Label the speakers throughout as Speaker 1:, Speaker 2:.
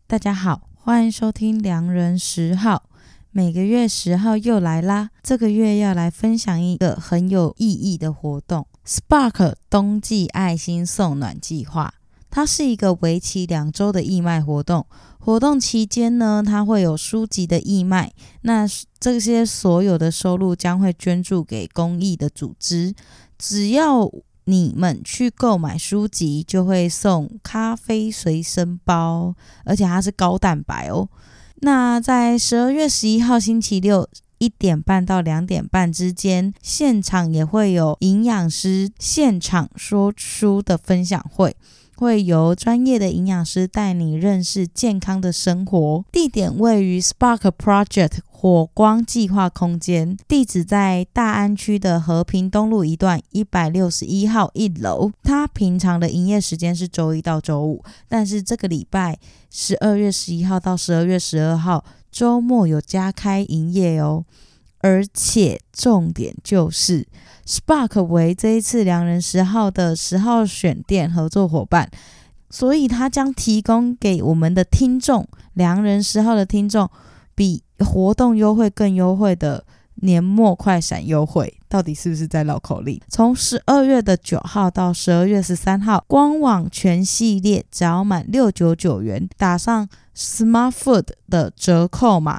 Speaker 1: 大家好，欢迎收听良人10号。每个月10号又来啦，这个月要来分享一个很有意义的活动 Spark 冬季爱心送暖计划。它是一个为期2周的义卖活动，活动期间呢，它会有书籍的义卖，那这些所有的收入将会捐助给公益的组织，只要你们去购买书籍就会送咖啡随身包，而且它是高蛋白哦。那在12月11号星期六1点半到2点半之间，现场也会有营养师现场说书的分享会，会由专业的营养师带你认识健康的生活。地点位于 Spark Project 火光计划空间，地址在大安区的和平东路一段161号1楼。它平常的营业时间是周一到周五，但是这个礼拜12月11号到12月12号周末有加开营业哦。而且重点就是 Spark 为这一次良人10号的10号选店合作伙伴，所以他将提供给我们的听众，良人10号的听众比活动优惠更优惠的年末快闪优惠。到底是不是在绕口令？从12月9号到12月13号，官网全系列只要满699元，打上 Smart Food 的折扣码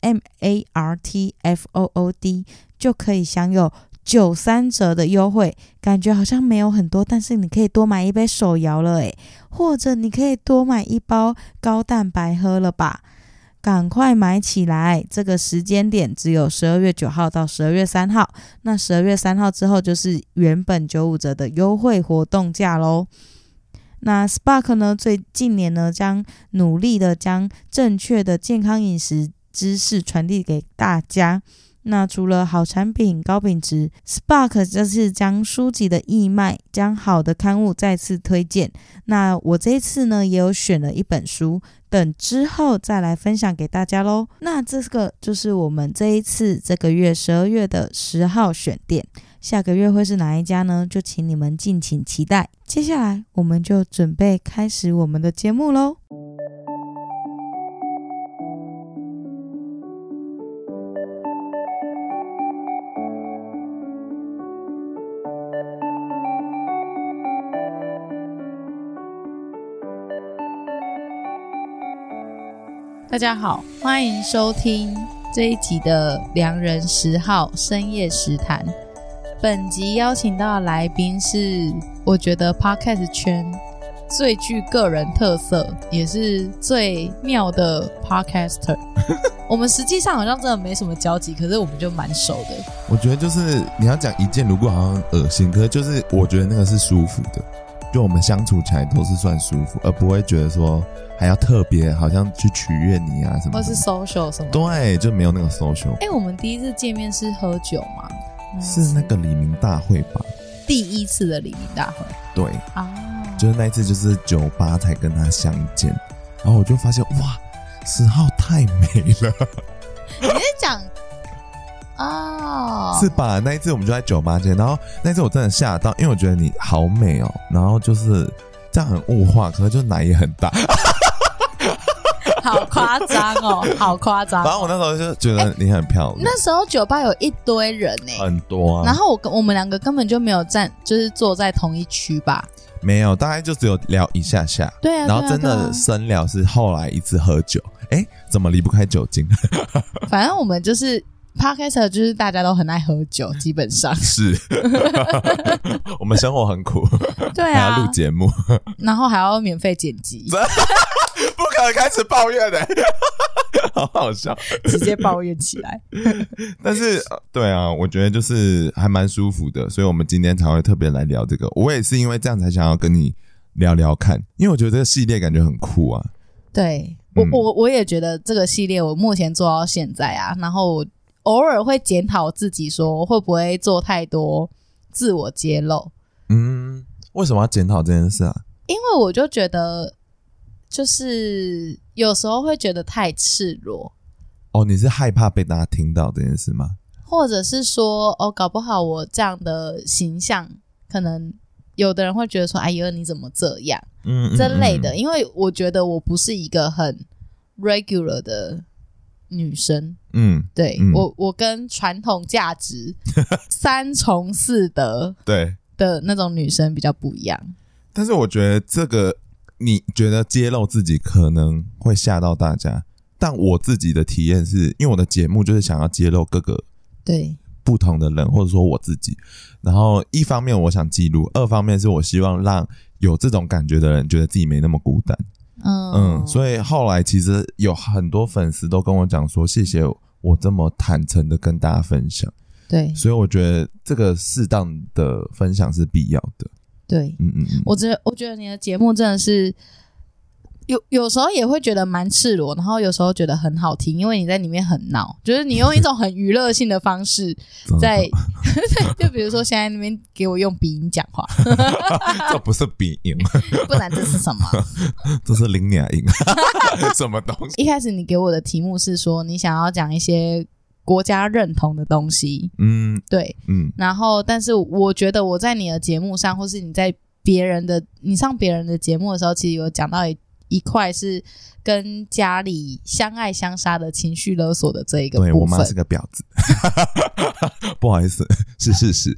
Speaker 1: SMARTFOOD 就可以享有93折的优惠。感觉好像没有很多，但是你可以多买一杯手摇了耶，或者你可以多买一包高蛋白喝了吧。赶快买起来，这个时间点只有12月9号到12月3号，那12月3号之后就是原本95折的优惠活动价咯。那 Spark 呢，近年呢将努力的将正确的健康饮食知识传递给大家。那除了好产品高品质， Spark 就是将书籍的义卖，将好的刊物再次推荐。那我这一次呢也有选了一本书，等之后再来分享给大家咯。那这个就是我们这一次这个月12月的10号选店，下个月会是哪一家呢？就请你们敬请期待。接下来我们就准备开始我们的节目咯。大家好，欢迎收听这一集的良人10号深夜食谈。本集邀请到的来宾是我觉得 Podcast 圈最具个人特色也是最妙的 Podcaster 我们实际上好像真的没什么交集，可是我们就蛮熟的。
Speaker 2: 我觉得就是你要讲一见如故好像恶心，可是就是我觉得那个是舒服的，就我们相处起来都是算舒服，而不会觉得说还要特别好像去取悦你啊什么的，
Speaker 1: 或是 social 什么的。
Speaker 2: 对，就没有那个 social。
Speaker 1: 我们第一次见面是喝酒吗？
Speaker 2: 是那个李明大会吧？
Speaker 1: 第一次的李明大会。
Speaker 2: 对就是那一次就是酒吧才跟他相见，然后我就发现哇10号太美了。
Speaker 1: 你在讲
Speaker 2: 是吧？那一次我们就在酒吧见，然后那一次我真的吓到，因为我觉得你好美哦，然后就是这样很物化，可是就奶也很大。
Speaker 1: 好夸张哦，好夸张。
Speaker 2: 反正我那时候就觉得你很漂亮。
Speaker 1: 那时候酒吧有一堆人
Speaker 2: 很多啊。
Speaker 1: 然后我们两个根本就没有就是坐在同一区吧？
Speaker 2: 没有，大概就只有聊一下下。
Speaker 1: 对啊。
Speaker 2: 然后真的深聊是后来一次喝酒，怎么离不开酒精？
Speaker 1: 反正我们就是。Podcaster 就是大家都很爱喝酒，基本上
Speaker 2: 是我们生活很苦，
Speaker 1: 对啊，
Speaker 2: 还要录节目，
Speaker 1: 然后还要免费剪辑，
Speaker 2: 不可能开始抱怨的，好好笑，
Speaker 1: 直接抱怨起来。
Speaker 2: 但是对啊，我觉得就是还蛮舒服的，所以我们今天才会特别来聊这个。我也是因为这样才想要跟你聊聊看，因为我觉得这个系列感觉很酷啊。
Speaker 1: 对，我也觉得这个系列我目前做到现在啊，然后我偶尔会检讨自己说会不会做太多自我揭露。
Speaker 2: 为什么要检讨这件事啊？
Speaker 1: 因为我就觉得就是有时候会觉得太赤裸。
Speaker 2: 你是害怕被大家听到这件事吗？
Speaker 1: 或者是说搞不好我这样的形象可能有的人会觉得说哎呦你怎么这样， 这类的，因为我觉得我不是一个很 regular 的女生，对，我跟传统价值三从四德
Speaker 2: 对
Speaker 1: 的那种女生比较不一样。
Speaker 2: 但是我觉得这个你觉得揭露自己可能会吓到大家，但我自己的体验是因为我的节目就是想要揭露各个
Speaker 1: 对
Speaker 2: 不同的人，或者说我自己，然后一方面我想记录，二方面是我希望让有这种感觉的人觉得自己没那么孤单。所以后来其实有很多粉丝都跟我讲说谢谢我这么坦诚的跟大家分享。
Speaker 1: 对，
Speaker 2: 所以我觉得这个适当的分享是必要的。
Speaker 1: 对，我觉得你的节目真的是有时候也会觉得蛮赤裸，然后有时候觉得很好听，因为你在里面很闹，就是你用一种很娱乐性的方式在就比如说现在那边给我用鼻音讲话
Speaker 2: 这不是鼻音
Speaker 1: 不然这是什么
Speaker 2: 这是伶佞音什么东西。
Speaker 1: 一开始你给我的题目是说你想要讲一些国家认同的东西，对，然后但是我觉得我在你的节目上，或是你上别人的节目的时候，其实有讲到一块是跟家里相爱相杀的情绪勒索的这一个部分。
Speaker 2: 对，我妈是个婊子不好意思，是事实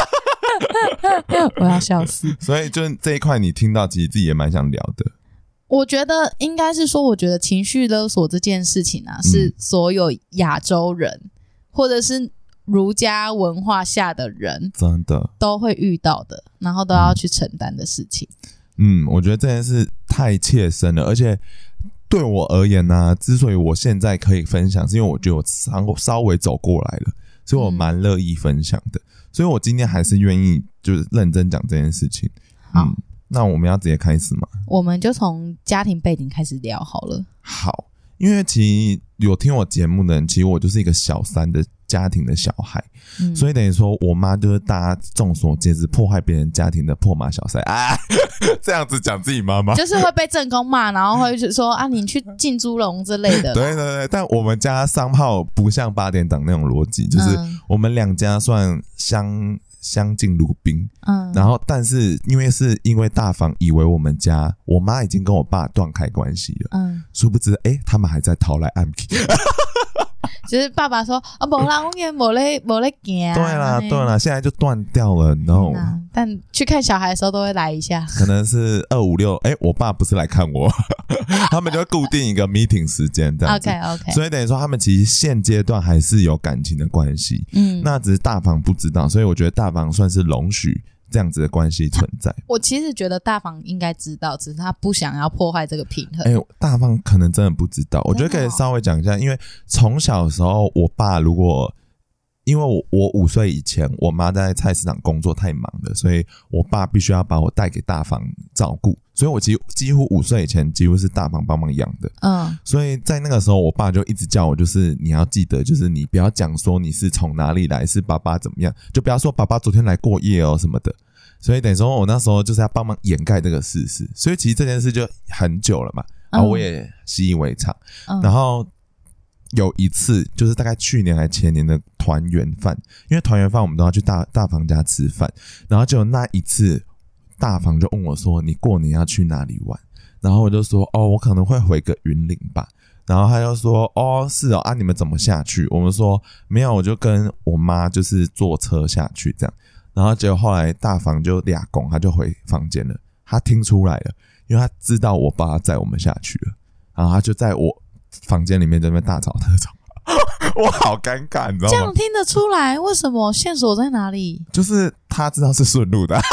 Speaker 1: 我要笑死。
Speaker 2: 所以就这一块你听到其实自己也蛮想聊的。
Speaker 1: 我觉得应该是说，我觉得情绪勒索这件事情啊，是所有亚洲人或者是儒家文化下的人
Speaker 2: 真的
Speaker 1: 都会遇到的，然后都要去承担的事情。
Speaker 2: 我觉得这件事太切身了，而且对我而言呢，之所以我现在可以分享，是因为我觉得我稍微走过来了，所以我蛮乐意分享的，所以我今天还是愿意就是认真讲这件事情。那我们要直接开始吗？我
Speaker 1: 们就从家庭背景开始聊好了。
Speaker 2: 好，因为其实有听我节目的人，其实我就是一个小三的家庭的小孩，所以等于说我妈就是大家众所皆知破坏别人家庭的破马小三啊，这样子讲自己妈妈
Speaker 1: 就是会被正宫骂，然后会说啊你去进猪笼之类的。
Speaker 2: 对对对，但我们家商号不像八点档那种逻辑，就是我们两家算相敬如宾，然后但是因为大房以为我妈已经跟我爸断开关系了，殊不知他们还在逃来暗皮
Speaker 1: 就是爸爸说啊，没啦，我也没在走。
Speaker 2: 对啦，现在就断掉了。然后，
Speaker 1: 但去看小孩的时候都会来一下，
Speaker 2: 可能是256。我爸不是来看我，他们就会固定一个 meeting 时间这样子。
Speaker 1: OK，
Speaker 2: 所以等于说他们其实现阶段还是有感情的关系。那只是大房不知道，所以我觉得大房算是容许这样子的关系存在。
Speaker 1: 我其实觉得大房应该知道，只是他不想要破坏这个平衡。
Speaker 2: 大房可能真的不知道，我觉得可以稍微讲一下，因为从小的时候，我爸因为我5岁以前，我妈在菜市场工作太忙了，所以我爸必须要把我带给大房照顾，所以我几乎5岁以前几乎是大房帮忙养的。所以在那个时候，我爸就一直叫我，就是你要记得，就是你不要讲说你是从哪里来，是爸爸怎么样，就不要说爸爸昨天来过夜哦什么的。所以等于说我那时候就是要帮忙掩盖这个事实，所以其实这件事就很久了嘛，然后我也习以为常。然后有一次就是大概去年还前年的团圆饭，因为团圆饭我们都要去大房家吃饭，然后就那一次大房就问我说你过年要去哪里玩，然后我就说我可能会回个云林吧，然后他就说是啊你们怎么下去，我们说没有，我就跟我妈就是坐车下去这样，然后结果后来大房就俩公他就回房间了，他听出来了，因为他知道我爸载我们下去了，然后他就在我房间里面在那边大吵特吵我好尴尬你知道吗？
Speaker 1: 这样听得出来，为什么？线索在哪里？
Speaker 2: 就是他知道是顺路的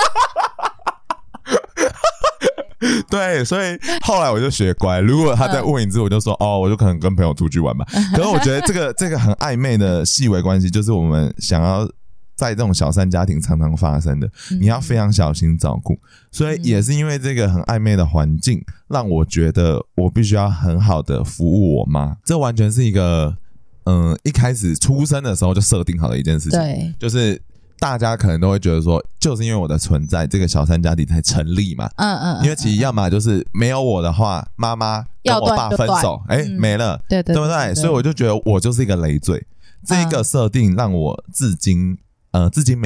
Speaker 2: 对，所以后来我就学乖，如果他再问一次我就说我就可能跟朋友出去玩吧可是我觉得这个很暧昧的细微关系，就是我们想要在这种小三家庭常常发生的，你要非常小心照顾，所以也是因为这个很暧昧的环境，让我觉得我必须要很好的服务我妈，这完全是一个一开始出生的时候就设定好的一件事情，对，就是大家可能都会觉得说，就是因为我的存在，这个小三家庭才成立嘛，因为其实要么就是没有我的话，妈妈跟我爸分手，没了，对不对？所以我就觉得我就是一个累赘，这个设定让我至今没了，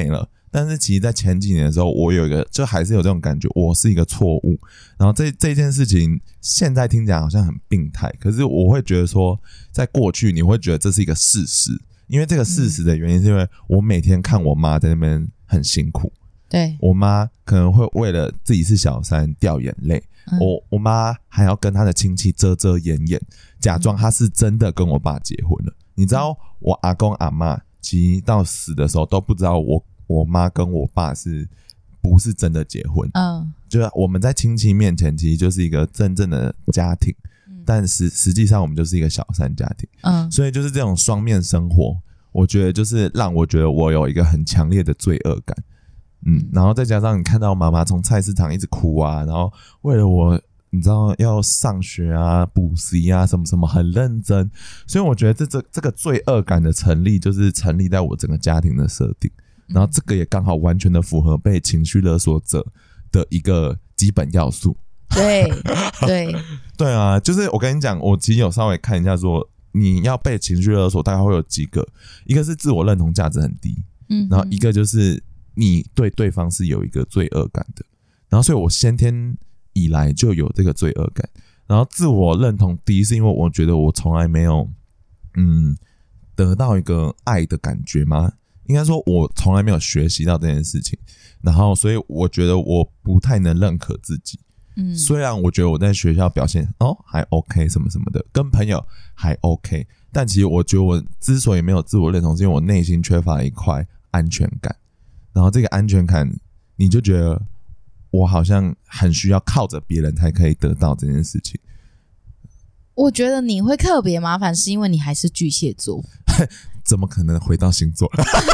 Speaker 2: 但是其实在前几年的时候，我有一个就还是有这种感觉，我是一个错误。然后这件事情现在听起来好像很病态，可是我会觉得说，在过去你会觉得这是一个事实，因为这个事实的原因是因为我每天看我妈在那边很辛苦。
Speaker 1: 对，
Speaker 2: 我妈可能会为了自己是小三掉眼泪，我妈还要跟她的亲戚遮遮掩掩，假装她是真的跟我爸结婚了。你知道我阿公阿嬷其实到死的时候都不知道我妈跟我爸是不是真的结婚，就是我们在亲戚面前其实就是一个真正的家庭，但实际上我们就是一个小三家庭，所以就是这种双面生活，我觉得就是让我觉得我有一个很强烈的罪恶感。然后再加上你看到妈妈从菜市场一直哭啊，然后为了我你知道要上学啊补习啊什么什么很认真，所以我觉得这个罪恶感的成立就是成立在我整个家庭的设定，然后这个也刚好完全的符合被情绪勒索者的一个基本要素。
Speaker 1: 对对
Speaker 2: 对啊，就是我跟你讲，我其实有稍微看一下说你要被情绪勒索大概会有几个，一个是自我认同价值很低，然后一个就是你对对方是有一个罪恶感的，然后所以我先天以来就有这个罪恶感，然后自我认同低是因为我觉得我从来没有得到一个爱的感觉吗？应该说我从来没有学习到这件事情，然后所以我觉得我不太能认可自己。虽然我觉得我在学校表现还 OK 什么什么的，跟朋友还 OK， 但其实我觉得我之所以没有自我认同是因为我内心缺乏一块安全感，然后这个安全感你就觉得我好像很需要靠着别人才可以得到这件事情。
Speaker 1: 我觉得你会特别麻烦是因为你还是巨蟹座。
Speaker 2: 怎么可能回到星座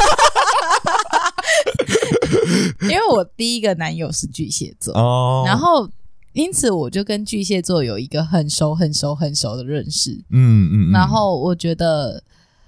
Speaker 1: 因为我第一个男友是巨蟹座，然后因此我就跟巨蟹座有一个很熟很熟很熟的认识。然后我觉得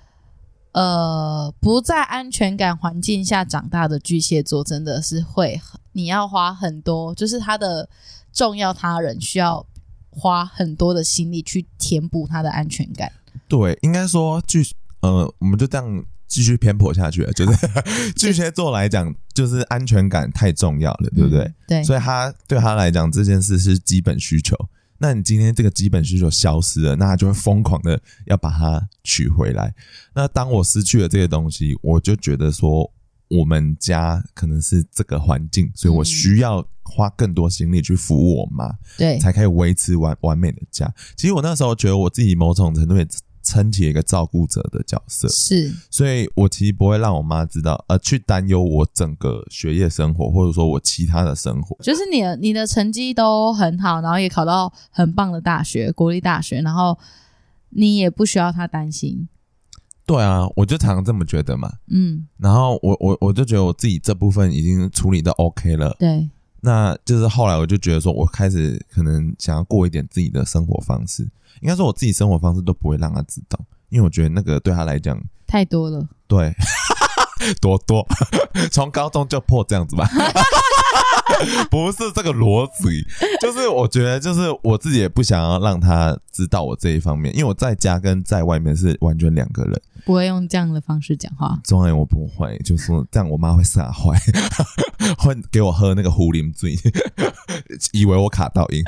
Speaker 1: 不在安全感环境下长大的巨蟹座真的是会，你要花很多，就是他的重要他人需要花很多的心力去填补他的安全感。
Speaker 2: 对，应该说我们就这样继续偏颇下去了，就是巨蟹座来讲就是安全感太重要了，对不对？
Speaker 1: 对，
Speaker 2: 所以对他来讲这件事是基本需求，那你今天这个基本需求消失了，那他就会疯狂的要把它取回来。那当我失去了这些东西，我就觉得说我们家可能是这个环境，所以我需要花更多心力去服务我妈，对，才可以维持完美的家。其实我那时候觉得我自己某种程度也撑起一个照顾者的角色，是，所以我其实不会让我妈知道去担忧我整个学业生活或者说我其他的生活。
Speaker 1: 就是你的成绩都很好，然后也考到很棒的大学，国立大学，然后你也不需要她担心。
Speaker 2: 对啊，我就常常这么觉得嘛。然后我就觉得我自己这部分已经处理的 OK 了。对，那就是后来我就觉得说我开始可能想要过一点自己的生活方式，应该说我自己生活方式都不会让他知道，因为我觉得那个对他来讲
Speaker 1: 太多了。对
Speaker 2: 多从高中就破这样子吧不是这个逻辑，就是我觉得就是我自己也不想要让他知道我这一方面，因为我在家跟在外面是完全两个人，
Speaker 1: 不会用这样的方式讲话。当
Speaker 2: 然我不会，就是说这样我妈会吓坏会给我喝那个壶啉水以为我卡到音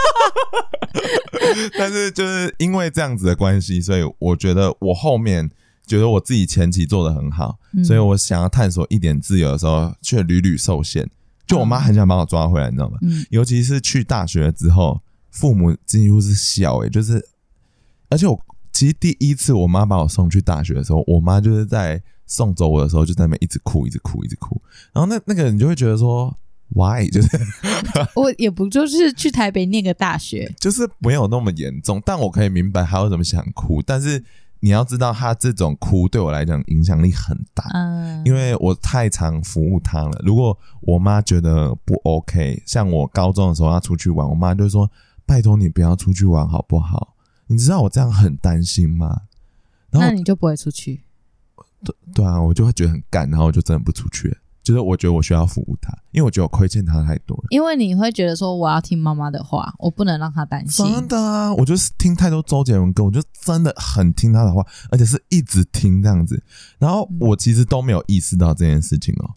Speaker 2: 但是就是因为这样子的关系，所以我觉得我后面觉得我自己前期做得很好，所以我想要探索一点自由的时候却屡屡受限，就我妈很想把我抓回来，你知道吗？尤其是去大学之后，父母几乎是笑就是而且我其实第一次我妈把我送去大学的时候，我妈就是在送走我的时候就在那边一直哭一直哭一直哭，然后那个人就会觉得说 why 就是
Speaker 1: 我也不就是去台北念个大学，
Speaker 2: 就是没有那么严重，但我可以明白她为什么想哭，但是你要知道她这种哭对我来讲影响力很大，因为我太常服务她了。如果我妈觉得不 OK， 像我高中的时候要出去玩，我妈就说拜托你不要出去玩好不好，你知道我这样很担心吗？然后
Speaker 1: 那你就不会出去？
Speaker 2: 对啊，我就会觉得很干，然后我就真的不出去了，就是我觉得我需要服务她，因为我觉得我亏欠她太多了。
Speaker 1: 因为你会觉得说我要听妈妈的话，我不能让她担心。
Speaker 2: 真的啊，我就是听太多周杰伦歌，我就真的很听她的话，而且是一直听这样子。然后我其实都没有意识到这件事情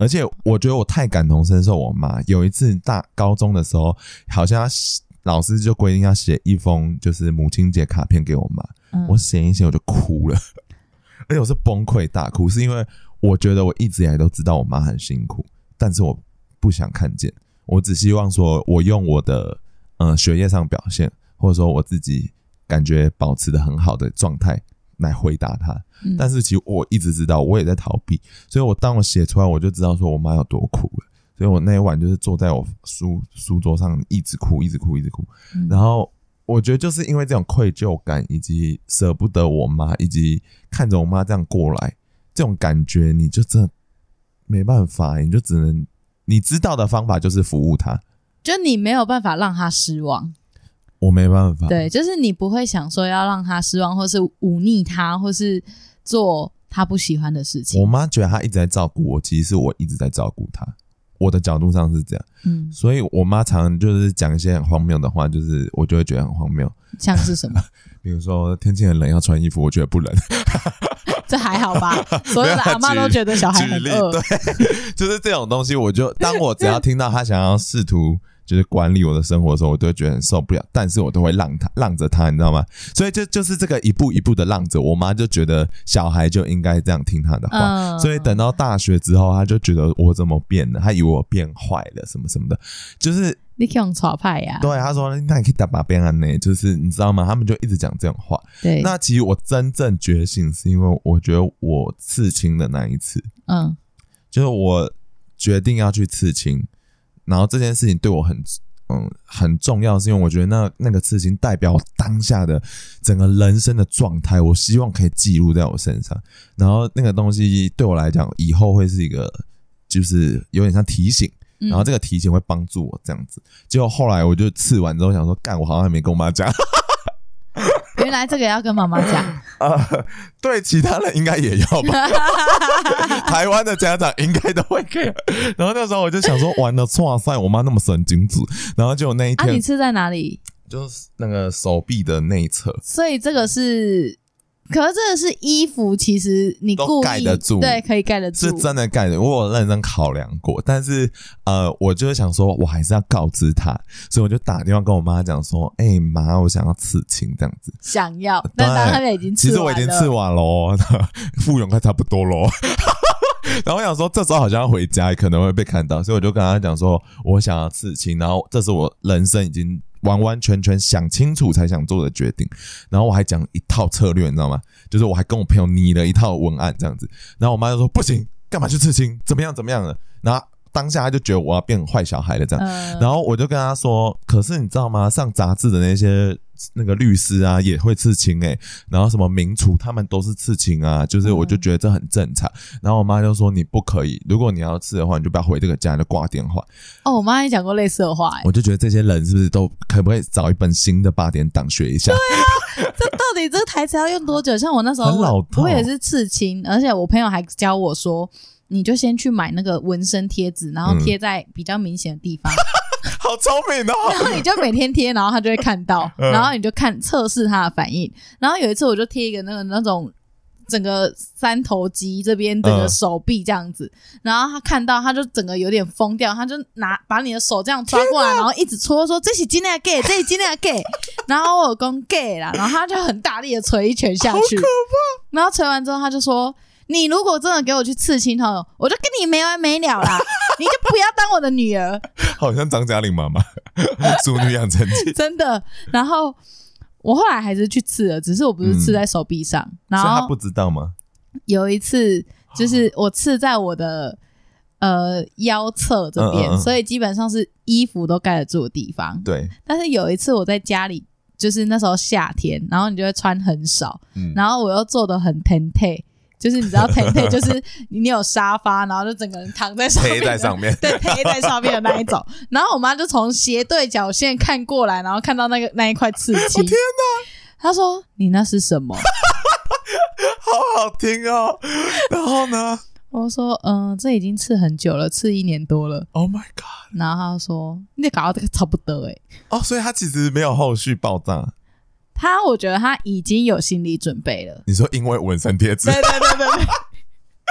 Speaker 2: 而且我觉得我太感同身受我妈。有一次高中的时候，好像老师就规定要写一封就是母亲节卡片给我妈，我写一写我就哭了，而且我是崩溃大哭，是因为我觉得我一直以来都知道我妈很辛苦，但是我不想看见，我只希望说我用我的学业上表现，或者说我自己感觉保持的很好的状态来回答她。但是其实我一直知道我也在逃避，所以当我写出来我就知道说我妈有多苦了。所以我那一晚就是坐在我书桌上一直哭一直哭一直哭。然后我觉得就是因为这种愧疚感以及舍不得我妈，以及看着我妈这样过来，这种感觉你就真的没办法，你就只能你知道的方法就是服务她，
Speaker 1: 就你没有办法让她失望。
Speaker 2: 我没办法，
Speaker 1: 对，就是你不会想说要让她失望，或是忤逆她，或是做她不喜欢的事情。
Speaker 2: 我妈觉得她一直在照顾我，其实是我一直在照顾她，我的角度上是这样。所以我妈常常就是讲一些很荒谬的话，就是我就会觉得很荒谬。
Speaker 1: 像是什么？
Speaker 2: 比如说天气很冷要穿衣服，我觉得不冷。
Speaker 1: 这还好吧？所有的阿嬷都觉得小孩很饿。
Speaker 2: 对，就是这种东西，当我只要听到她想要试图就是管理我的生活的时候，我都会觉得很受不了，但是我都会让着她，你知道吗？所以就是这个一步一步的让着，我妈就觉得小孩就应该这样听她的话。所以等到大学之后，她就觉得我怎么变了，她以为我变坏了什么什么的，就是
Speaker 1: 你可以用耍派呀。
Speaker 2: 对，她说那你可以打把变安呢，就是你知道吗？他们就一直讲这种话。
Speaker 1: 对，
Speaker 2: 那其实我真正觉醒是因为我觉得我刺青的那一次，就是我决定要去刺青。然后这件事情对我很重要，是因为我觉得那个刺青代表我当下的整个人生的状态，我希望可以记录在我身上。然后那个东西对我来讲，以后会是一个就是有点像提醒，然后这个提醒会帮助我这样子。结果后来我就刺完之后想说，干，我好像还没跟我妈讲。
Speaker 1: 原来这个要跟妈妈讲。
Speaker 2: 对，其他人应该也要吧。台湾的家长应该都会 care。然后那时候我就想说，完了，哇塞，我妈那么神经质。然后就那一天，
Speaker 1: 你刺在哪里？
Speaker 2: 就是那个手臂的内侧。
Speaker 1: 所以这个是，可是这个是衣服，其实你故意
Speaker 2: 都盖得住，
Speaker 1: 对，可以盖得住，
Speaker 2: 是真的盖得住。我有认真考量过，但是我就是想说，我还是要告知她，所以我就打电话跟我妈讲说，妈，我想要刺青这样子。
Speaker 1: 想要，但当他已经刺完了。
Speaker 2: 其实我已经刺完咯，复原快差不多咯。然后我想说这时候好像要回家可能会被看到，所以我就跟他讲说我想要刺青，然后这是我人生已经完完全全想清楚才想做的决定。然后我还讲一套策略，你知道吗？就是我还跟我朋友拟了一套文案这样子。然后我妈就说不行，干嘛去刺青，怎么样怎么样的。然后当下他就觉得我要变坏小孩了这样。然后我就跟他说，可是你知道吗，上杂志的那个律师啊也会刺青然后什么名厨他们都是刺青啊，就是我就觉得这很正常。然后我妈就说你不可以，如果你要刺的话你就不要回这个家，就挂电话。
Speaker 1: 我妈也讲过类似的话。
Speaker 2: 我就觉得这些人是不是都可不可以找一本新的8点档学一下？
Speaker 1: 对啊，这到底这个台词要用多久？像我那时候
Speaker 2: 很老套，
Speaker 1: 我也是刺青，而且我朋友还教我说你就先去买那个纹身贴纸，然后贴在比较明显的地方。
Speaker 2: 好聪明哦！
Speaker 1: 然后你就每天贴，然后他就会看到，然后你就测试他的反应。然后有一次我就贴一个那种整个三头肌这边整个手臂这样子，然后他看到他就整个有点疯掉，他就把你的手这样抓过来，然后一直戳说这是今天的 gay， 这是今天的 gay， 然后我有讲 gay 啦，然后他就很大力的捶一拳下去，好可怕。然后捶完之后他就说，你如果真的给我去刺青后，我就跟你没完没了啦，你就不要当我的女儿。
Speaker 2: 好像张嘉玲妈妈淑女养成记。
Speaker 1: 真的。然后我后来还是去刺了，只是我不是刺在手臂上。然后
Speaker 2: 所以他不知道吗？
Speaker 1: 有一次就是我刺在我的腰侧这边，所以基本上是衣服都盖得住的地方。对。但是有一次我在家里，就是那时候夏天，然后你就会穿很少，然后我又做得很텐테，就是你知道텐테就是你有沙发，然后就整个人躺在上面，
Speaker 2: 贴在上面，
Speaker 1: 对，贴在上面的那一种。然后我妈就从斜对角线看过来，然后看到那一块刺青。
Speaker 2: 天哪！
Speaker 1: 她说：“你那是什么？”
Speaker 2: 好好听哦。然后呢？
Speaker 1: 我说：“这已经刺很久了，刺1年多了。”
Speaker 2: Oh my god！
Speaker 1: 然后她说：“你搞到这个差不多
Speaker 2: 所以她其实没有后续爆炸。
Speaker 1: 我觉得他已经有心理准备了。
Speaker 2: 你说因为纹身贴纸？
Speaker 1: 对。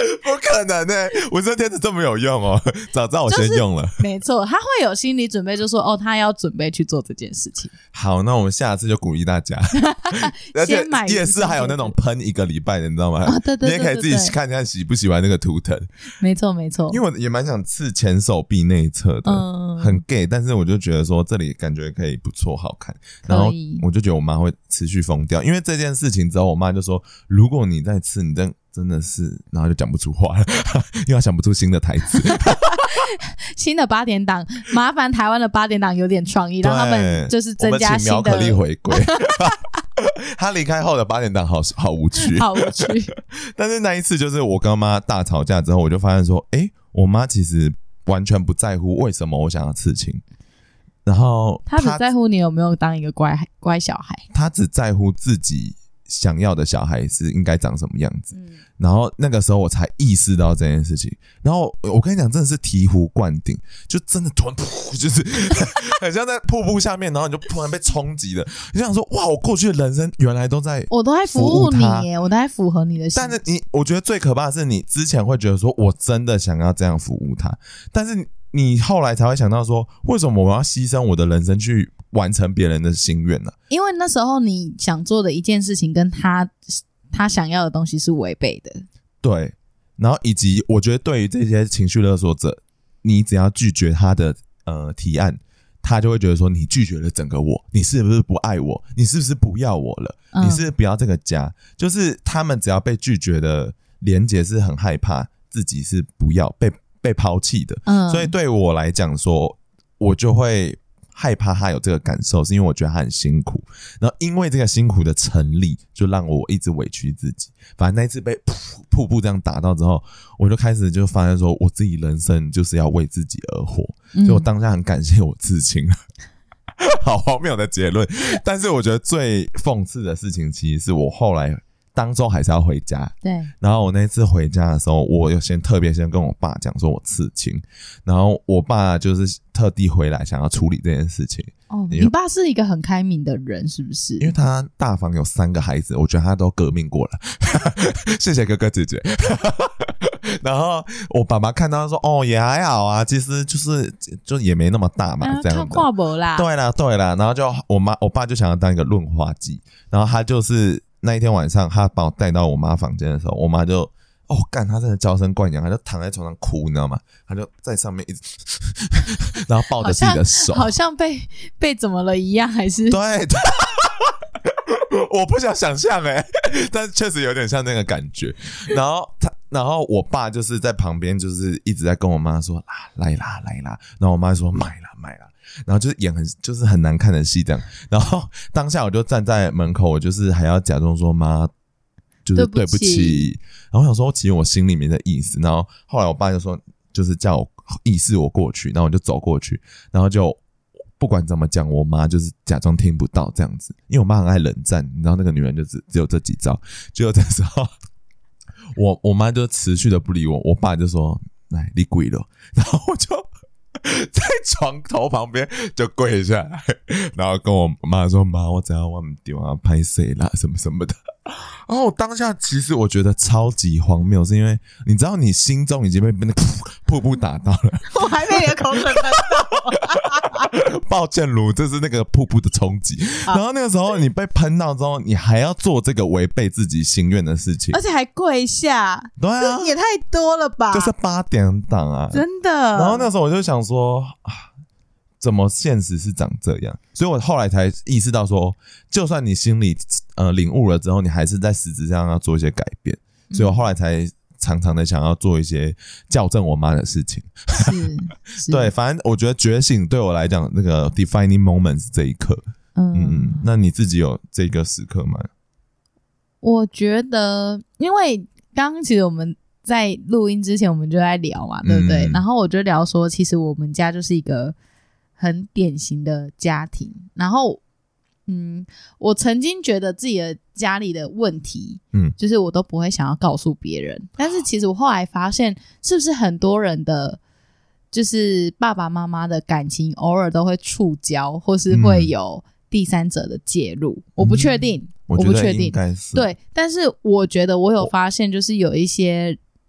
Speaker 2: 不可能纹身贴纸这么有用哦，早知道我先用了。
Speaker 1: 没错，他会有心理准备，就说他要准备去做这件事情。
Speaker 2: 好，那我们下次就鼓励大家。而且夜市还有那种喷1个礼拜的，你知道吗？
Speaker 1: 对，
Speaker 2: 你也可以自己看看喜不喜欢那个图腾。
Speaker 1: 没错没错，
Speaker 2: 因为我也蛮想刺前手臂内侧的，很 gay， 但是我就觉得说这里感觉可以不错，好看。然后我就觉得我妈会持续疯掉，因为这件事情之后，我妈就说，如果你再刺，你真的是，然后就讲不出话了，因为她想不出新的台词。
Speaker 1: 新的8点档，麻烦台湾的8点档有点创意，让他们就是增加新的。
Speaker 2: 我们请苗可丽回归。他离开后的8点档好无趣，
Speaker 1: 好无趣。
Speaker 2: 但是那一次就是我跟妈大吵架之后，我就发现说，我妈其实完全不在乎为什么我想要刺青，然后
Speaker 1: 她只在乎你有没有当一个乖小孩，
Speaker 2: 她只在乎自己想要的小孩是应该长什么样子。然后那个时候我才意识到这件事情，然后我跟你讲真的是醍醐灌顶，就真的突然就是很像在瀑布下面，然后你就突然被冲击了，你就想说哇，我过去的人生原来都在
Speaker 1: 我都在服务你耶，我都在符合你的心。
Speaker 2: 但是我觉得最可怕的是你之前会觉得说我真的想要这样服务他，但是你后来才会想到说，为什么我要牺牲我的人生去完成别人的心愿呢？
Speaker 1: 因为那时候你想做的一件事情跟他想要的东西是违背的。
Speaker 2: 对，然后以及我觉得对于这些情绪勒索者，你只要拒绝他的提案，他就会觉得说你拒绝了整个我，你是不是不爱我？你是不是不要我了？你是不是不要这个家？就是他们只要被拒绝的连结是很害怕自己是不要被抛弃的。所以对我来讲说，我就会害怕他有这个感受，是因为我觉得他很辛苦，然后因为这个辛苦的成立，就让我一直委屈自己。反正那一次被瀑布这样打到之后，我就开始就发现说，我自己人生就是要为自己而活，所以我当下很感谢我刺青。好荒谬的结论，但是我觉得最讽刺的事情，其实是我后来当周还是要回家，
Speaker 1: 对。
Speaker 2: 然后我那次回家的时候，我有特别先跟我爸讲说我刺青，然后我爸就是特地回来想要处理这件事情。
Speaker 1: 你爸是一个很开明的人是不是？
Speaker 2: 因为他大房有3个孩子，我觉得他都革命过了。谢谢哥哥姐姐。然后我爸爸看到说也还好啊，其实就也没那么大嘛，这样子。
Speaker 1: 看不啦。
Speaker 2: 对啦，然后就我爸就想要当一个润滑剂，然后他就是那一天晚上他把我带到我妈房间的时候，我妈就干，他真的娇生惯养，他就躺在床上哭，你知道吗？他就在上面一直然后抱着自己的手，
Speaker 1: 好像被怎么了一样，还是
Speaker 2: 对。我不想想象但确实有点像那个感觉。然后我爸就是在旁边，就是一直在跟我妈说来啦，然后我妈说买啦，然后就是演就是很难看的戏这样。然后当下我就站在门口，我就是还要假装说妈，就是对不起。然后我想说其实我心里面的意思，然后后来我爸就说就是叫我意识我过去，然后我就走过去，然后就不管怎么讲，我妈就是假装听不到这样子，因为我妈很爱冷战，你知道那个女人就只有这几招。结果这时候我妈就持续的不理我，我爸就说来你跪了，然后我就在床头旁边就跪下来，然后跟我妈说妈，我知道我不对啊，拍谁啦什么什么的。然后当下其实我觉得超级荒谬，是因为你知道你心中已经被那个瀑布打到了，
Speaker 1: 我还被你的口水喷到。
Speaker 2: 抱歉卢，这是那个瀑布的冲击。然后那个时候你被喷到之后，你还要做这个违背自己心愿的事情，
Speaker 1: 而且还跪下，
Speaker 2: 对啊，
Speaker 1: 这也太多了吧？
Speaker 2: 就是8点档啊，
Speaker 1: 真的。
Speaker 2: 然后那时候我就想说怎么现实是长这样？所以我后来才意识到说，就算你心里领悟了之后，你还是在实质上要做一些改变。所以我后来才常常的想要做一些校正我妈的事情。
Speaker 1: 是
Speaker 2: 对，反正我觉得觉醒对我来讲，那个 defining moment 是这一刻。那你自己有这个时刻吗？
Speaker 1: 我觉得，因为刚刚其实我们在录音之前我们就在聊嘛，对不对？然后我就聊说，其实我们家就是一个很典型的家庭。然后我曾经觉得自己的家里的问题就是我都不会想要告诉别人，但是其实我后来发现，是不是很多人的就是爸爸妈妈的感情偶尔都会触礁，或是会有第三者的介入，我不确定，
Speaker 2: 我不确定应该是
Speaker 1: 对。但是我觉得我有发现，就是有一些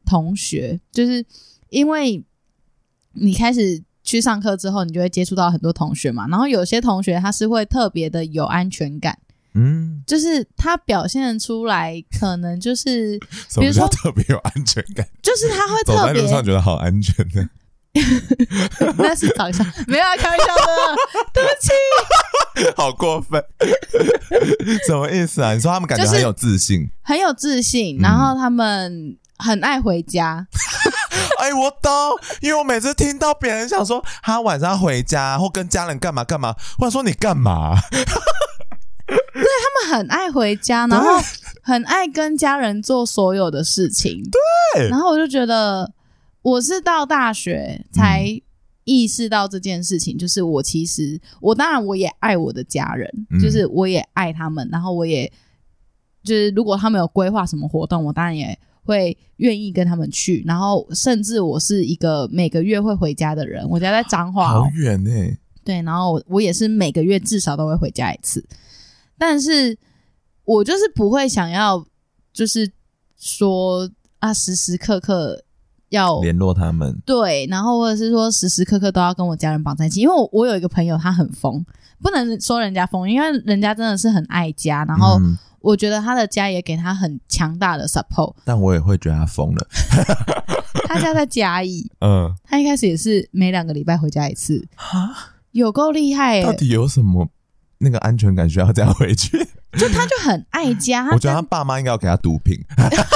Speaker 1: 同学，就是因为你开始去上课之后，你就会接触到很多同学嘛，然后有些同学他是会特别的有安全感，就是他表现出来可能就是比如说
Speaker 2: 特别有安全感，
Speaker 1: 就是他会特别
Speaker 2: 走在路上觉得好安全的
Speaker 1: 那是长相，没有开玩笑的，对不起，
Speaker 2: 好过分什么意思啊？你说他们感觉很有自信，
Speaker 1: 很有自信，然后他们很爱回家
Speaker 2: 哎，我懂，因为我每次听到别人想说他晚上回家或跟家人干嘛干嘛，或者说你干嘛
Speaker 1: 对，他们很爱回家，然后很爱跟家人做所有的事情，对，然后我就觉得我是到大学才意识到这件事情，就是我当然我也爱我的家人，就是我也爱他们，然后我也就是如果他们有规划什么活动，我当然也会愿意跟他们去，然后甚至我是一个每个月会回家的人，我家在彰化
Speaker 2: 好远欸，
Speaker 1: 对，然后我也是每个月至少都会回家一次，但是我就是不会想要就是说啊时时刻刻要
Speaker 2: 联络他们，
Speaker 1: 对，然后或者是说时时刻刻都要跟我家人绑在一起，因为我有一个朋友他很疯，不能说人家疯，因为人家真的是很爱家，然后我觉得他的家也给他很强大的 support，
Speaker 2: 但我也会觉得他疯了
Speaker 1: 他家在嘉义他一开始也是每2个礼拜回家一次，有够厉害
Speaker 2: 到底有什么那个安全感需要这样回去
Speaker 1: 就他就很爱家，
Speaker 2: 我觉得他爸妈应该要给他毒品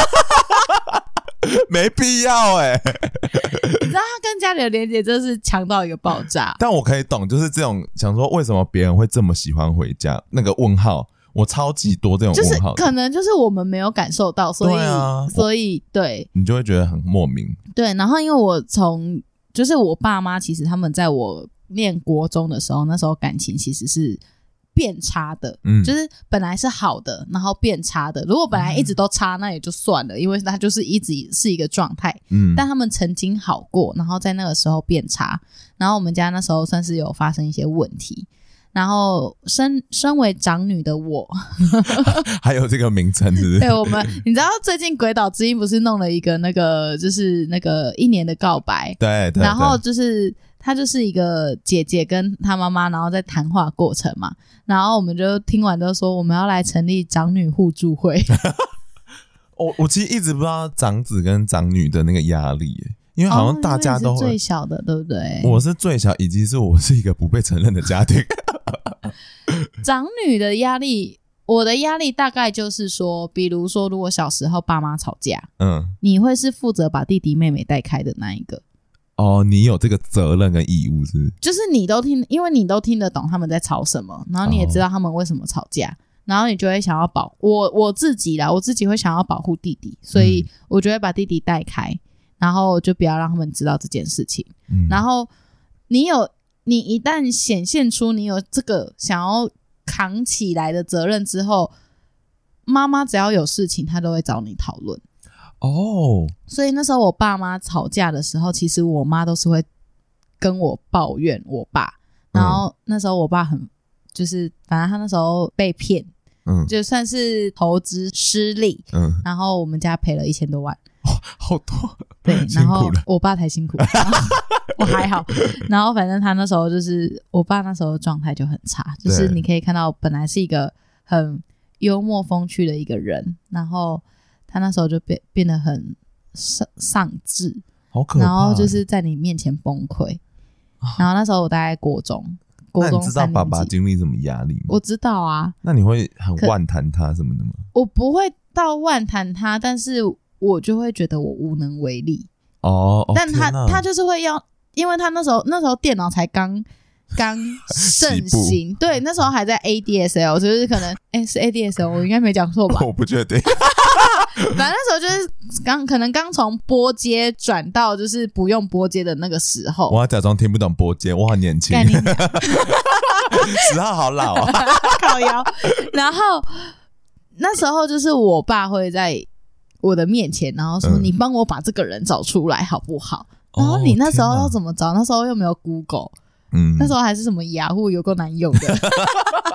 Speaker 2: 没必要
Speaker 1: 你知道他跟家里的连结真是强到一个爆炸
Speaker 2: 但我可以懂，就是这种想说为什么别人会这么喜欢回家那个问号，我超级多这种问号，
Speaker 1: 就是可能就是我们没有感受到，所以对
Speaker 2: 你就会觉得很莫名。
Speaker 1: 对，然后因为我就是我爸妈其实他们在我念国中的时候，那时候感情其实是变差的，就是本来是好的，然后变差的。如果本来一直都差，那也就算了，因为它就是一直是一个状态。但他们曾经好过，然后在那个时候变差，然后我们家那时候算是有发生一些问题。然后身为长女的我
Speaker 2: 还有这个名称是不是？
Speaker 1: 对，我们你知道最近鬼岛之音不是弄了一个那个就是那个1年的告白，
Speaker 2: 对，
Speaker 1: 然后就是她就是一个姐姐跟她妈妈然后在谈话过程嘛，然后我们就听完都说我们要来成立长女互助会
Speaker 2: 我其实一直不知道长子跟长女的那个压力耶，因为好像大家都会，
Speaker 1: 你是最小的对不对？
Speaker 2: 我是最小，以及我是一个不被承认的家庭
Speaker 1: 长女的压力，我的压力大概就是说，比如说如果小时候爸妈吵架，你会是负责把弟弟妹妹带开的那一个。
Speaker 2: 你有这个责任跟义务是不是？
Speaker 1: 就是因为你都听得懂他们在吵什么，然后你也知道他们为什么吵架，然后你就会想要我自己会想要保护弟弟，所以我就会把弟弟带开，然后就不要让他们知道这件事情。然后你一旦显现出你有这个想要扛起来的责任之后，妈妈只要有事情她都会找你讨论。所以那时候我爸妈吵架的时候，其实我妈都是会跟我抱怨我爸，然后那时候我爸就是反正他那时候被骗，就算是投资失利，然后我们家赔了1000多万，
Speaker 2: 好多，
Speaker 1: 对，然后我爸才辛苦我还好，然后反正他那时候就是我爸那时候的状态就很差，就是你可以看到本来是一个很幽默风趣的一个人，然后他那时候就变得很丧志，
Speaker 2: 好可怕，
Speaker 1: 然后就是在你面前崩溃。然后那时候我大概国中
Speaker 2: 那你知道爸爸经历什么压力吗？
Speaker 1: 我知道啊。
Speaker 2: 那你会很万谈他什么的吗？
Speaker 1: 我不会到万谈他，但是我就会觉得我无能为力。但他就是会因为他那时候电脑才刚盛行，对，那时候还在 ADSL， 就是可能是 ADSL， 我应该没讲错吧？
Speaker 2: 我不确定。
Speaker 1: 反正那时候就是可能刚从拨接转到就是不用拨接的那个时候。
Speaker 2: 我要假装听不懂拨接，我很年轻。10号好老啊，
Speaker 1: 靠腰。然后那时候就是我爸会在我的面前，然后说：“你帮我把这个人找出来好不好？”然后你那时候要怎么找？那时候又没有 Google，那时候还是什么雅虎有够难用的。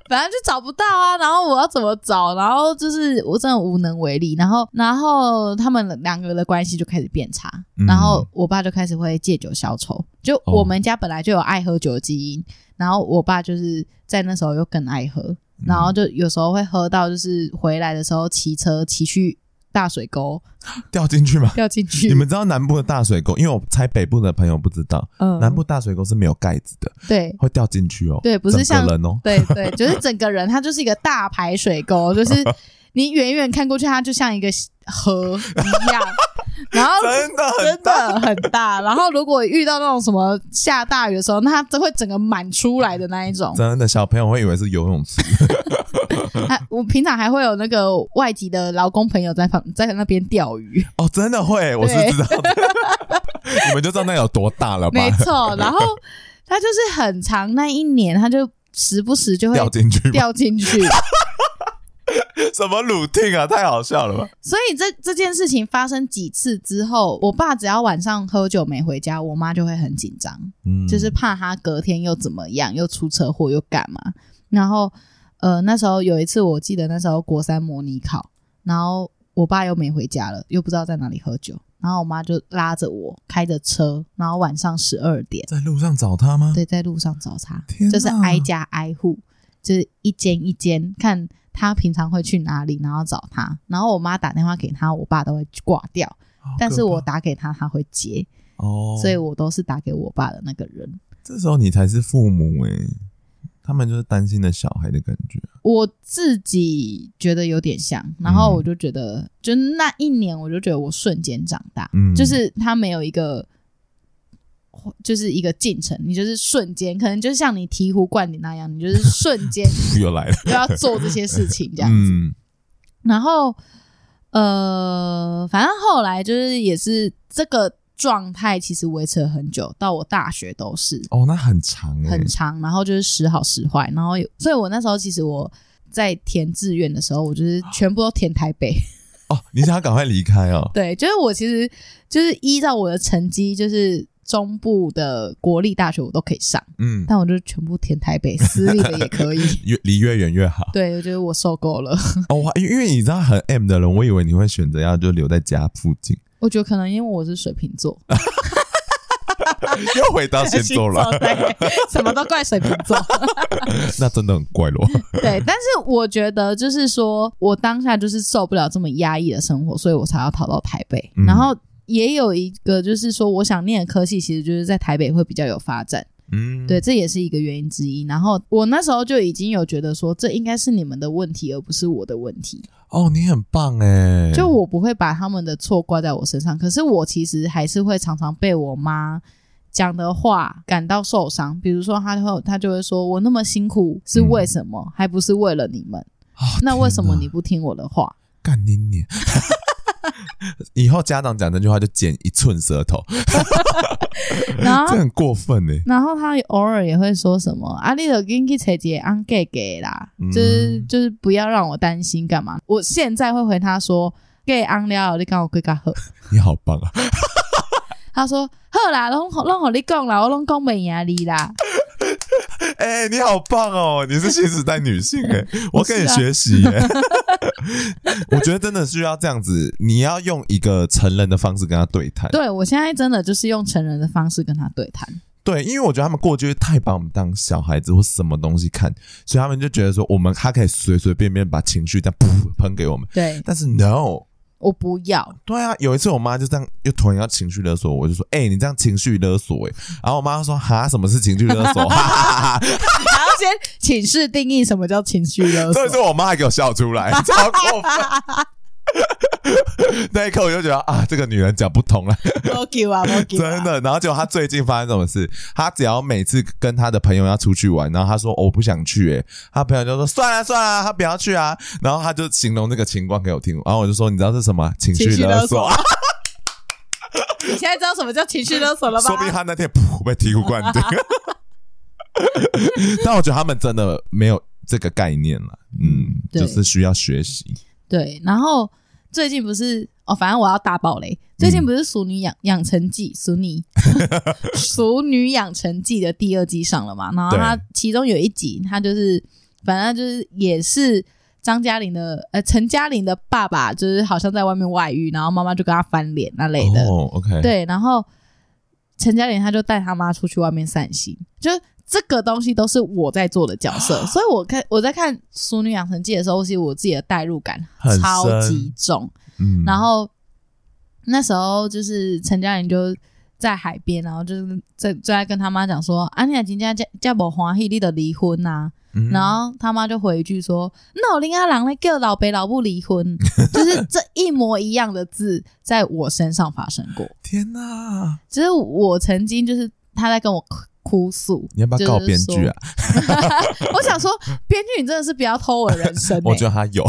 Speaker 1: 反正就找不到啊，然后我要怎么找？然后就是我真的无能为力，然后他们两个的关系就开始变差，然后我爸就开始会借酒消愁，就我们家本来就有爱喝酒的基因，然后我爸就是在那时候又更爱喝，然后就有时候会喝到就是回来的时候骑车骑去大水沟
Speaker 2: 掉进去吗？
Speaker 1: 掉进去。
Speaker 2: 你们知道南部的大水沟，因为我猜北部的朋友不知道，南部大水沟是没有盖子的，
Speaker 1: 对，
Speaker 2: 会掉进去哦。
Speaker 1: 对，不是像
Speaker 2: 整个人哦，
Speaker 1: 对对，就是整个人，它就是一个大排水沟，就是你远远看过去，它就像一个河一样。然后真的很大，然后如果遇到那种什么下大雨的时候，那它真会整个满出来的那一种。
Speaker 2: 真的，小朋友会以为是游泳池。
Speaker 1: 我平常还会有那个外籍的劳工朋友在那边钓鱼。
Speaker 2: 哦，真的会，我是知道的。你们就知道那有多大了吧？
Speaker 1: 没错，然后他就是很长那一年，他就时不时就会掉进去。
Speaker 2: 什么routine啊，太好笑了吧。
Speaker 1: 所以这件事情发生几次之后，我爸只要晚上喝酒没回家，我妈就会很紧张，就是怕他隔天又怎么样，又出车祸又干嘛。然后那时候有一次我记得那时候国3模拟考，然后我爸又没回家了，又不知道在哪里喝酒，然后我妈就拉着我开着车，然后晚上12点
Speaker 2: 在路上找他吗？
Speaker 1: 对，在路上找他，就是挨家挨户，就是一间一间看他平常会去哪里，然后找他。然后我妈打电话给他，我爸都会挂掉，但是我打给他，他会接。所以我都是打给我爸的那个人。
Speaker 2: 这时候你才是父母他们就是担心的小孩的感觉。
Speaker 1: 我自己觉得有点像，然后我就觉得，就那一年我就觉得我瞬间长大，就是他没有一个。就是一个进程，你就是瞬间，可能就像你醍醐灌顶那样，你就是瞬间
Speaker 2: 又来了，
Speaker 1: 又要做这些事情这样子。然后反正后来就是也是这个状态，其实维持了很久，到我大学都是。
Speaker 2: 哦，那很长
Speaker 1: 很长，然后就是时好时坏，然后所以我那时候其实我在填志愿的时候，我就是全部都填台北。
Speaker 2: 哦，你想要赶快离开哦？
Speaker 1: 对，就是我其实就是依照我的成绩，就是中部的国立大学我都可以上，但我就全部填台北，私立的也可以，
Speaker 2: 离越远越好。
Speaker 1: 对，我觉得我受够了。
Speaker 2: 哦，因为你知道很 M 的人，我以为你会选择要就留在家附近。
Speaker 1: 我觉得可能因为我是水瓶座。
Speaker 2: 又回到星座了，
Speaker 1: 什么都怪水瓶座。
Speaker 2: 那真的很怪咯。
Speaker 1: 对，但是我觉得就是说我当下就是受不了这么压抑的生活，所以我才要逃到台北。然后也有一个就是说我想念的科系其实就是在台北会比较有发展，对，这也是一个原因之一。然后我那时候就已经有觉得说这应该是你们的问题而不是我的问题。
Speaker 2: 哦，你很棒耶，
Speaker 1: 就我不会把他们的错挂在我身上，可是我其实还是会常常被我妈讲的话感到受伤。比如说他就会说我那么辛苦是为什么，还不是为了你们，那为什么你不听我的话？
Speaker 2: 干你娘。以后家长讲这句话就剪1寸舌头。
Speaker 1: 然后
Speaker 2: 这很过分耶。然
Speaker 1: 后他偶尔也会说什么啊，你就给你去找一个安给给啦，就是不要让我担心干嘛。我现在会回他说给安了你跟我更加好。
Speaker 2: 你好棒啊。
Speaker 1: 他说好啦，拢和你讲啦，我拢讲不赢你啦。
Speaker 2: 你好棒哦，你是新时代女性我跟你学习我觉得真的需要这样子，你要用一个成人的方式跟他对谈。
Speaker 1: 对，我现在真的就是用成人的方式跟他对谈。
Speaker 2: 对，因为我觉得他们过去太把我们当小孩子或什么东西看，所以他们就觉得说他可以随随便便把情绪这样喷给我们。
Speaker 1: 对，
Speaker 2: 但是 no，我
Speaker 1: 不要。
Speaker 2: 对啊，有一次我妈就这样又突然要情绪勒索我，就说你这样情绪勒索然后我妈说哈，什么是情绪勒索？哈哈哈。
Speaker 1: 然后先请示定义什么叫情绪勒索。
Speaker 2: 所以说我妈还给我笑出来，超过分。那一刻我就觉得这个女人讲不通了。真的。然后结果她最近发生什么事，她只要每次跟她的朋友要出去玩，然后她说我不想去她朋友就说算了她不要去啊，然后她就形容那个情况给我听，然后我就说你知道是什么？情绪勒索。
Speaker 1: 你现在知道什么叫情绪勒索了吧？
Speaker 2: 说不定她那天被醍醐灌顶。但我觉得他们真的没有这个概念了，就是需要学习。
Speaker 1: 对，然后最近不是反正我要大爆雷。最近不是熟女养成记熟女养成记的第2季上了嘛？然后它其中有一集，它就是反正就是也是陈嘉玲的爸爸，就是好像在外面外遇，然后妈妈就跟他翻脸那类的。
Speaker 2: OK，
Speaker 1: 对，然后陈嘉玲他就带他妈出去外面散心，就是这个东西都是我在做的角色，所以我在看《淑女养成记》的时候，其实我自己的代入感超级重。然后那时候就是陈嘉玲就在海边，然后就是在跟他妈讲说：“啊，你真正这不欢喜，你就离婚啊。”然后他妈就回一句说：“那有另外人咧叫老爸老母离婚。”就是这一模一样的字在我身上发生过。
Speaker 2: 天哪！
Speaker 1: 就是我曾经就是他在跟我哭诉，
Speaker 2: 你要不要告编剧啊？
Speaker 1: 我想说，编剧你真的是不要偷我人生、欸。
Speaker 2: 我觉得他有。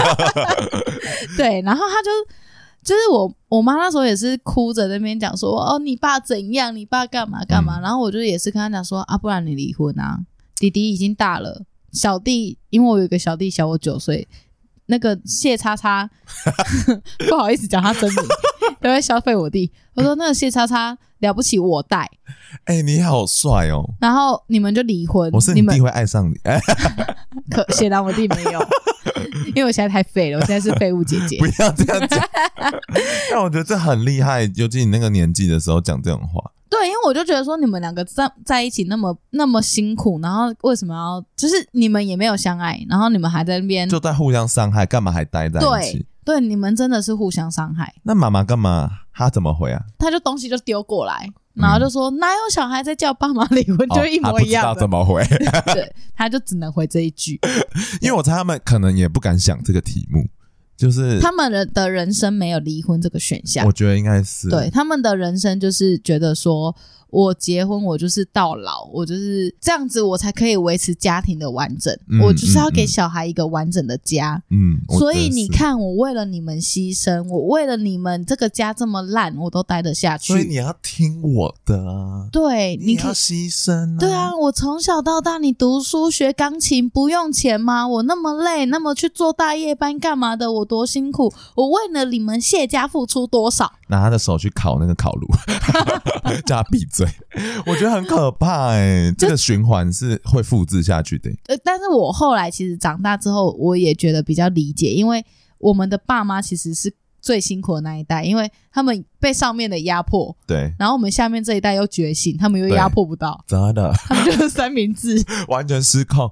Speaker 1: 对，然后他就是我妈那时候也是哭着在那边讲说：“哦，你爸怎样？你爸干嘛干嘛？”然后我就也是跟他讲说：“啊，不然你离婚啊。”弟弟已经大了，小弟因为我有一个小弟小我9岁，那个谢叉叉不好意思讲他真名，都会消费我弟。我说那个谢叉叉了不起，我带。
Speaker 2: 你好帅哦！
Speaker 1: 然后你们就离婚，
Speaker 2: 我是你弟会爱上你。
Speaker 1: 可显然我弟没有，因为我现在太废了，我现在是废物姐姐。
Speaker 2: 不要这样讲。但我觉得这很厉害，尤其你那个年纪的时候讲这种话。
Speaker 1: 对，因为我就觉得说你们两个在一起那么辛苦，然后为什么要就是你们也没有相爱，然后你们还在那边
Speaker 2: 就在互相伤害，干嘛还待在一起？
Speaker 1: 对，你们真的是互相伤害。
Speaker 2: 那妈妈干嘛？她怎么回啊？
Speaker 1: 她就东西就丢过来，然后就说、哪有小孩在叫爸妈离婚，就一模一样的。
Speaker 2: 她不知道怎么回。
Speaker 1: 对，她就只能回这一句。
Speaker 2: 因为我猜他们可能也不敢想这个题目。就是
Speaker 1: 他们的人生没有离婚这个选项，
Speaker 2: 我觉得应该是
Speaker 1: 对他们的人生就是觉得说我结婚我就是到老，我就是这样子我才可以维持家庭的完整，我就是要给小孩一个完整的家。所以你看我为了你们牺牲，我为了你们这个家这么烂我都待得下去，
Speaker 2: 所以你要听我的啊。
Speaker 1: 对，
Speaker 2: 你要牺牲啊。
Speaker 1: 对啊，我从小到大你读书学钢琴不用钱吗？我那么累，那么去做大夜班干嘛的，我多辛苦，我为了你们谢家付出多少。
Speaker 2: 拿他的手去烤那个烤炉叫他闭嘴。我觉得很可怕这个循环是会复制下去的。
Speaker 1: 但是我后来其实长大之后我也觉得比较理解，因为我们的爸妈其实是最辛苦的那一代，因为他们被上面的压迫，
Speaker 2: 对，
Speaker 1: 然后我们下面这一代又觉醒，他们又压迫不到，
Speaker 2: 真的，
Speaker 1: 他们就是三明治
Speaker 2: 完全失控。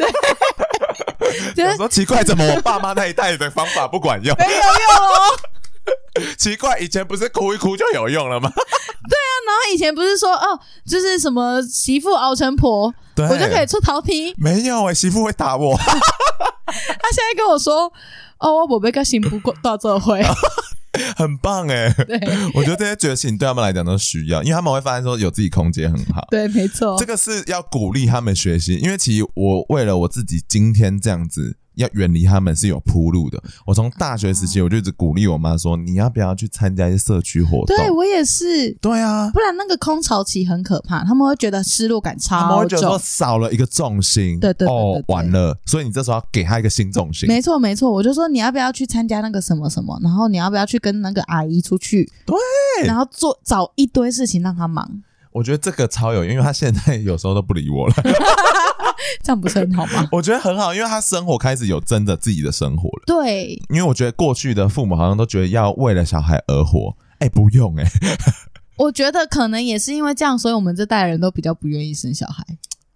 Speaker 2: 有时候奇怪，怎么我爸妈那一代的方法不管用？
Speaker 1: 没有用哦。
Speaker 2: 奇怪，以前不是哭一哭就有用了吗？
Speaker 1: 对啊，然后以前不是说就是什么媳妇熬成婆，我就可以出头天。
Speaker 2: 没有媳妇会打我。他
Speaker 1: 现在跟我说我没跟媳妇到这会。
Speaker 2: 很棒对，我觉得这些觉醒对他们来讲都需要，因为他们会发现说有自己空间很好。
Speaker 1: 对，没错，
Speaker 2: 这个是要鼓励他们学习，因为其实我为了我自己今天这样子要远离他们是有铺路的。我从大学时期我就一直鼓励我妈说，你要不要去参加一些社区活动？
Speaker 1: 对，我也是。
Speaker 2: 对啊，
Speaker 1: 不然那个空巢期很可怕，他们会觉得失落感超重，
Speaker 2: 他们会觉得说少了一个重心。
Speaker 1: 对，
Speaker 2: 完了，所以你这时候要给他一个新重心。
Speaker 1: 没错没错，我就说你要不要去参加那个什么什么，然后你要不要去跟那个阿姨出去，
Speaker 2: 对，
Speaker 1: 然后找一堆事情让他忙。
Speaker 2: 我觉得这个超有用，因为他现在有时候都不理我了。
Speaker 1: 这样不是很好吗？
Speaker 2: 我觉得很好，因为他生活开始有真的自己的生活了。
Speaker 1: 对，
Speaker 2: 因为我觉得过去的父母好像都觉得要为了小孩而活，不用
Speaker 1: 我觉得可能也是因为这样，所以我们这代人都比较不愿意生小孩。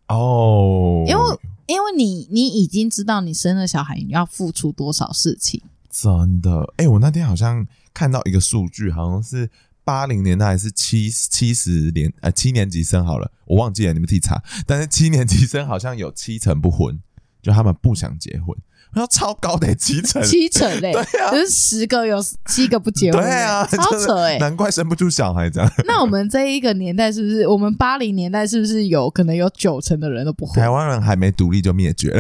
Speaker 1: 因为你已经知道你生了小孩你要付出多少事情。
Speaker 2: 真的我那天好像看到一个数据，好像是80年代还是7年级生好了，我忘记了，你们自己查。但是7年级生好像有70%不婚，就他们不想结婚。我说超高的70%
Speaker 1: 对
Speaker 2: 啊，
Speaker 1: 就是10个有7个不结婚。
Speaker 2: 对啊，
Speaker 1: 超扯
Speaker 2: 难怪生不出小孩这样。
Speaker 1: 那我们这一个年代是不是，我们80年代是不是可能有90%的人都不婚？
Speaker 2: 台湾人还没独立就灭绝了。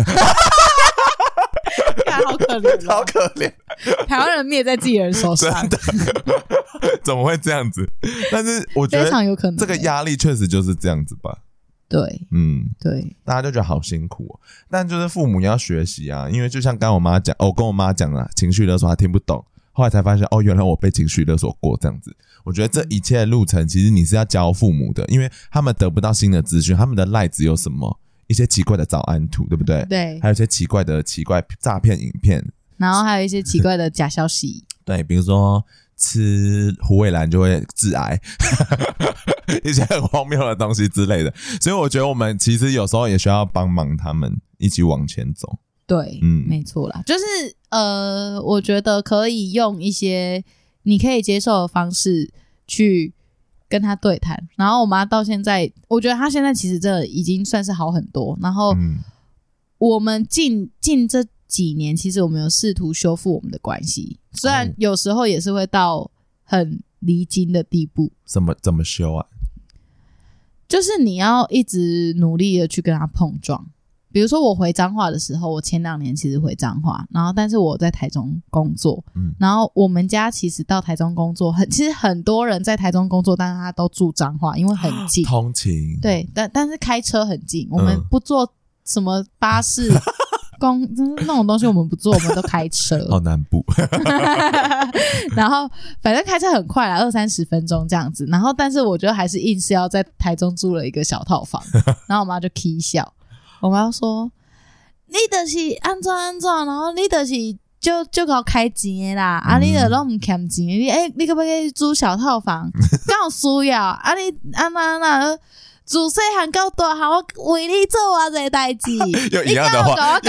Speaker 1: 好可怜，
Speaker 2: 好可怜，
Speaker 1: 台湾人灭在自己人手上。
Speaker 2: 真的怎么会这样子？但是我觉得
Speaker 1: 非常有可能
Speaker 2: 这个压力确实就是这样子吧。
Speaker 1: 对，对，
Speaker 2: 大家就觉得好辛苦但就是父母要学习啊，因为就像刚刚我妈讲，跟我妈讲了情绪勒索，她听不懂，后来才发现原来我被情绪勒索过这样子。我觉得这一切的路程其实你是要教父母的，因为他们得不到新的资讯，他们的赖只有什么一些奇怪的早安图，对不对？
Speaker 1: 对，
Speaker 2: 还有一些奇怪诈骗影片，
Speaker 1: 然后还有一些奇怪的假消息。
Speaker 2: 对，比如说吃虎尾兰就会致癌一些很荒谬的东西之类的，所以我觉得我们其实有时候也需要帮忙他们一起往前走。
Speaker 1: 对，没错啦，就是我觉得可以用一些你可以接受的方式去跟他对谈，然后我妈到现在，我觉得她现在其实这已经算是好很多，然后我们近这几年其实我们有试图修复我们的关系，虽然有时候也是会到很离经的地步。
Speaker 2: 怎么修啊？
Speaker 1: 就是你要一直努力的去跟他碰撞。比如说我回彰化的时候，我前2年其实回彰化，然后但是我在台中工作，然后我们家其实到台中工作其实很多人在台中工作，但是他都住彰化，因为很近，
Speaker 2: 通勤。对，
Speaker 1: 但是开车很近，我们不坐什么巴士那种东西我们不坐，我们都开车。
Speaker 2: 南部
Speaker 1: 然后反正开车很快啦，20-30分钟这样子，然后但是我觉得还是硬是要在台中租了一个小套房然后我妈就起笑，我妈说你就是安怎，然后你就是就搞开钱的啦，你就都不欠钱，你可不可以租小套房刚好需要你那自细汉到大汉，我为你做偌济代志，
Speaker 2: 又一样的话，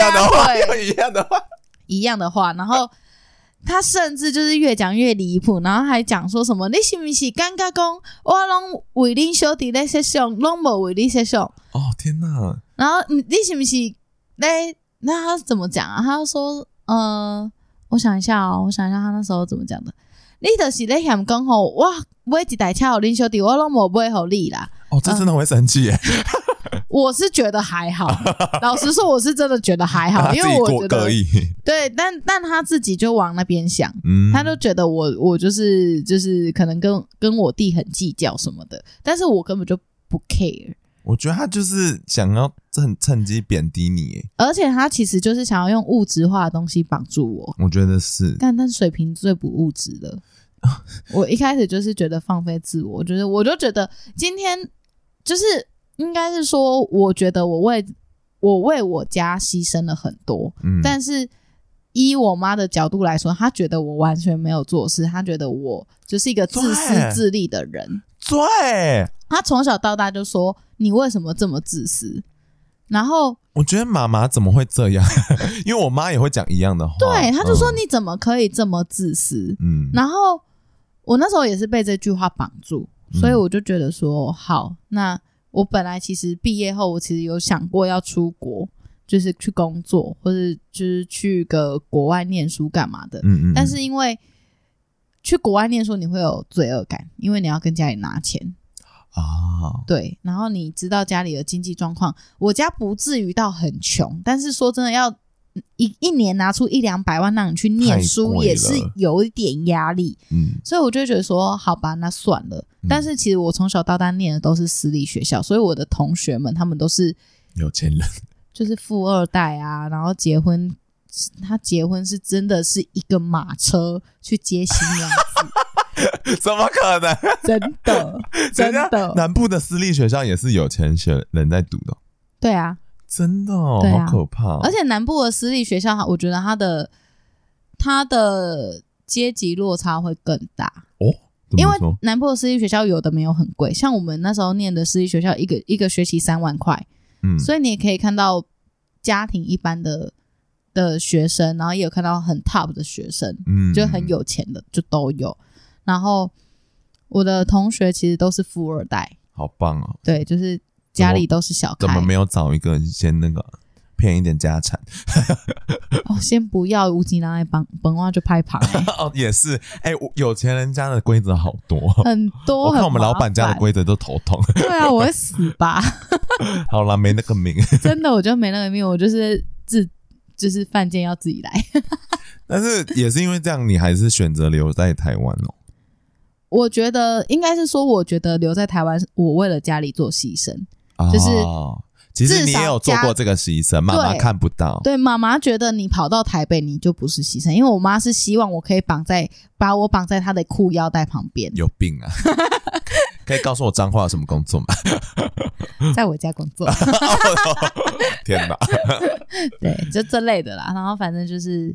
Speaker 1: 一样的话，然后他甚至就是越讲越离谱，然后还讲说什么你是不是感觉讲我拢为恁小弟在摄像，拢无为你摄像。
Speaker 2: 天哪！
Speaker 1: 然后你是不是那他怎么讲啊？他说我想一下他那时候怎么讲的。你就是在嫌讲吼，我买一台车给恁小弟，我拢无买给你啦。
Speaker 2: 这真的会生气耶。
Speaker 1: 我是觉得还好，老实说我是真的觉得还好，因为我觉得对，但他自己就往那边想，他就觉得我就是可能跟我弟很计较什么的，但是我根本就不 care。
Speaker 2: 我觉得他就是想要趁机贬低你耶，
Speaker 1: 而且他其实就是想要用物质化的东西绑住我。
Speaker 2: 我觉得是，
Speaker 1: 但水瓶最不物质的。我一开始就是觉得放飞自我，我就觉得今天就是应该是说，我觉得我为我家牺牲了很多，但是依我妈的角度来说，她觉得我完全没有做事，她觉得我就是一个自私自利的人。
Speaker 2: 对，
Speaker 1: 她从小到大就说你为什么这么自私，然后
Speaker 2: 我觉得妈妈怎么会这样因为我妈也会讲一样的话。
Speaker 1: 对，她就说你怎么可以这么自私，然后我那时候也是被这句话绑住，所以我就觉得说好，那我本来其实毕业后我其实有想过要出国，就是去工作或者就是去个国外念书干嘛的，但是因为去国外念书你会有罪恶感，因为你要跟家里拿钱对，然后你知道家里的经济状况，我家不至于到很穷，但是说真的要一年拿出100-200万让你去念书也是有一点压力，所以我就觉得说好吧那算了，但是其实我从小到大念的都是私立学校，所以我的同学们他们都是
Speaker 2: 有钱人，就是
Speaker 1: 富二代啊，然后他结婚是真的是一个马车去接新娘子
Speaker 2: 怎么可能？真的南部的私立学校也是有钱人在读的。
Speaker 1: 对啊，
Speaker 2: 真的好可怕
Speaker 1: 而且南部的私立学校我觉得它的阶级落差会更大因为南部的私立学校有的没有很贵，像我们那时候念的私立学校一个学期3万块，所以你也可以看到家庭一般的学生，然后也有看到很 top 的学生，就很有钱的就都有，然后我的同学其实都是富二代。
Speaker 2: 好棒哦。
Speaker 1: 对，就是家里都是小开。
Speaker 2: 怎么没有找一个先那个骗一点家产
Speaker 1: 先不要有钱人来本话就拍旁
Speaker 2: 也是有钱人家的规则好多
Speaker 1: 很多，
Speaker 2: 我看我们老板家的规则都头痛
Speaker 1: 对啊，我会死吧
Speaker 2: 好啦，没那个命
Speaker 1: 真的我就没那个命，我就是犯贱要自己来
Speaker 2: 但是也是因为这样你还是选择留在台湾
Speaker 1: 我觉得应该是说我觉得留在台湾我为了家里做牺牲，就是
Speaker 2: 其实你也有做过这个牺牲，妈妈看不到。
Speaker 1: 对，妈妈觉得你跑到台北你就不是牺牲，因为我妈是希望我可以把我绑在她的裤腰带旁边。
Speaker 2: 有病啊！可以告诉我彰化有什么工作吗？
Speaker 1: 在我家工作。
Speaker 2: 天哪！
Speaker 1: 对，就这类的啦。然后反正就是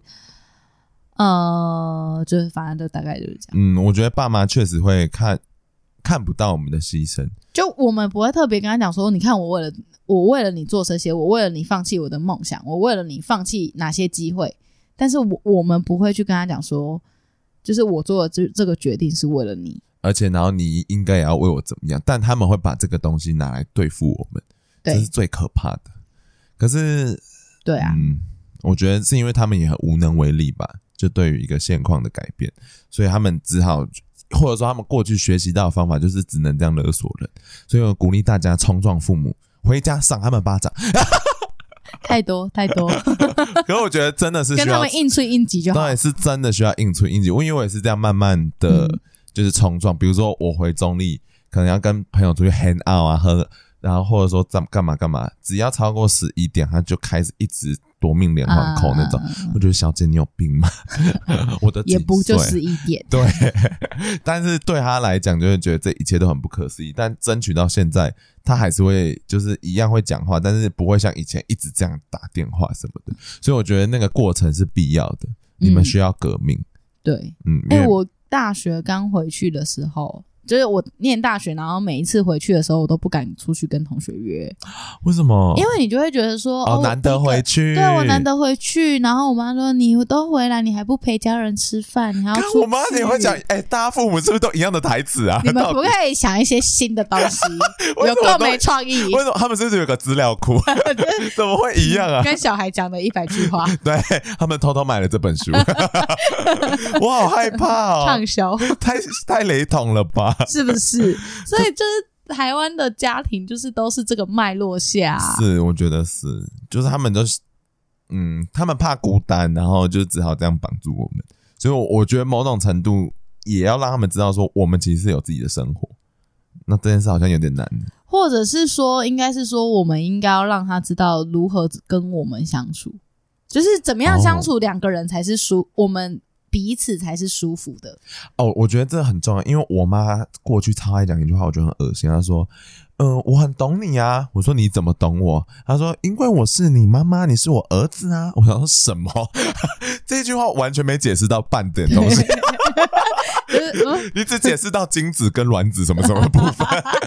Speaker 1: 就是反正就大概就是这
Speaker 2: 样。我觉得爸妈确实会看不到我们的牺牲，
Speaker 1: 就我们不会特别跟他讲说，你看我为了你做这些，我为了你放弃我的梦想，我为了你放弃哪些机会，但是我们不会去跟他讲说，就是我做的这个决定是为了你，
Speaker 2: 而且然后你应该也要为我怎么样，但他们会把这个东西拿来对付我们，这是最可怕的。可是
Speaker 1: 对啊，
Speaker 2: 我觉得是因为他们也很无能为力吧，就对于一个现况的改变，所以他们只好，或者说他们过去学习到的方法就是只能这样勒索人，所以我鼓励大家冲撞父母，回家赏他们巴掌。
Speaker 1: 太多
Speaker 2: 可是我觉得真的是需要
Speaker 1: 跟他们硬吹硬挤就好。
Speaker 2: 对，是真的需要硬吹硬挤，因为我也是这样慢慢的就是冲撞，比如说我回中立可能要跟朋友出去 hang out 啊，喝，然后或者说干嘛，只要超过11点他就开始一直夺命连环扣那种，我觉得小姐你有病吗？我的
Speaker 1: 也不就11点。
Speaker 2: 对，但是对他来讲就会觉得这一切都很不可思议，但争取到现在他还是会就是一样会讲话，但是不会像以前一直这样打电话什么的，所以我觉得那个过程是必要的，你们需要革命。
Speaker 1: 对，我大学刚回去的时候，就是我念大学，然后每一次回去的时候，我都不敢出去跟同学约。
Speaker 2: 为什么？
Speaker 1: 因为你就会觉得说，
Speaker 2: 难得回去。
Speaker 1: 对，我难得回去，然后我妈说你都回来，你还不陪家人吃饭，你还要出去。
Speaker 2: 我妈也会讲，大家父母是不是都一样的台词啊？
Speaker 1: 你们不可以想一些新的东西，有够没创意。
Speaker 2: 为什么他们是不是有个资料库？怎么会一样啊？
Speaker 1: 跟小孩讲的100句话。
Speaker 2: 对，他们偷偷买了这本书。我好害怕哦，
Speaker 1: 畅销，
Speaker 2: 太雷同了吧？
Speaker 1: 是不是？所以就是台湾的家庭就是都是这个脉络下。
Speaker 2: 是，我觉得是，就是他们都是他们怕孤单，然后就只好这样绑住我们，所以我觉得某种程度也要让他们知道说我们其实是有自己的生活，那这件事好像有点难，
Speaker 1: 或者是说应该是说我们应该要让他知道如何跟我们相处，就是怎么样相处两个人才是我们彼此才是舒服的。
Speaker 2: 我觉得这很重要，因为我妈过去超爱讲一句话，我觉得很恶心。她说：“我很懂你啊。”我说：“你怎么懂我？”她说：“因为我是你妈妈，你是我儿子啊。”我想说什么？这句话完全没解释到半点东西。你只解释到精子跟卵子什么部分。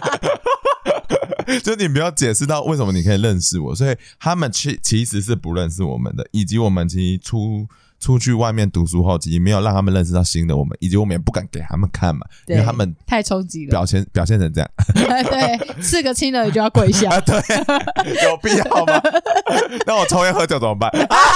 Speaker 2: 就你没有解释到为什么你可以认识我，所以他们其实是不认识我们的，以及我们其实出去外面读书后，其实没有让他们认识到新的我们，以及我们也不敢给他们看嘛，因为他们
Speaker 1: 太冲击了，
Speaker 2: 表现成这样。
Speaker 1: 对，是个亲人就要跪下。
Speaker 2: 对，有必要吗？那我抽烟喝酒怎么办？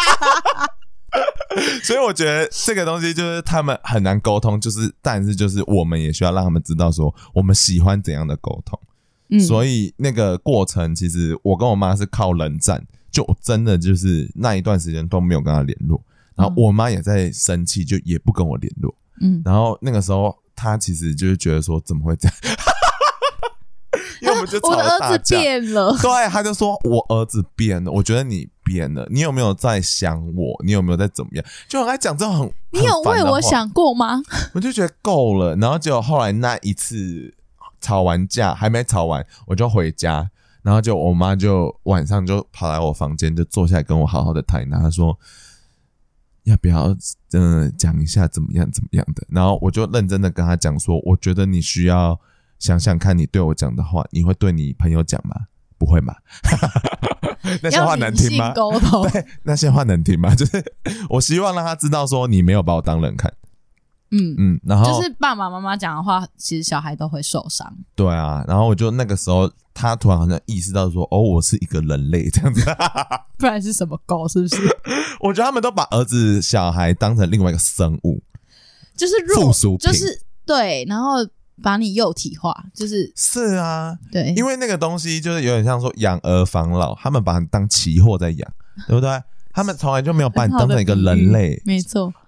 Speaker 2: 所以我觉得这个东西就是他们很难沟通，但是就是我们也需要让他们知道说我们喜欢怎样的沟通。所以那个过程其实我跟我妈是靠冷战，就真的就是那一段时间都没有跟她联络，然后我妈也在生气，就也不跟我联络。然后那个时候她其实就是觉得说怎么会这样。因为我们就吵了大架，我的儿子
Speaker 1: 变了。
Speaker 2: 对，他就说我儿子变了，我觉得你变了，你有没有在想我？你有没有在怎么样？就很爱讲这种
Speaker 1: 你有为我想过吗？
Speaker 2: 我就觉得够了。然后结果后来那一次吵完架还没吵完，我就回家，然后就我妈就晚上就跑来我房间，就坐下来跟我好好的谈。她说要不要讲一下怎么样的？然后我就认真的跟她讲说，我觉得你需要想想看，你对我讲的话，你会对你朋友讲吗？不会嘛？那些话能听吗？
Speaker 1: 沟通。
Speaker 2: 对，那些话能听吗？就是我希望让他知道说你没有把我当人看。然后
Speaker 1: 就是爸爸妈妈讲的话，其实小孩都会受伤。
Speaker 2: 对啊，然后我就那个时候，他突然好像意识到说，我是一个人类这样子。
Speaker 1: 不然是什么狗？是不是？
Speaker 2: 我觉得他们都把儿子小孩当成另外一个生物，
Speaker 1: 就是
Speaker 2: 附属品，
Speaker 1: 就是对，然后把你幼体化，
Speaker 2: 是啊，
Speaker 1: 对，
Speaker 2: 因为那个东西就是有点像说养儿防老，他们把你当期货在养，对不对？他们从来就没有把你当成一个人类，
Speaker 1: 没错。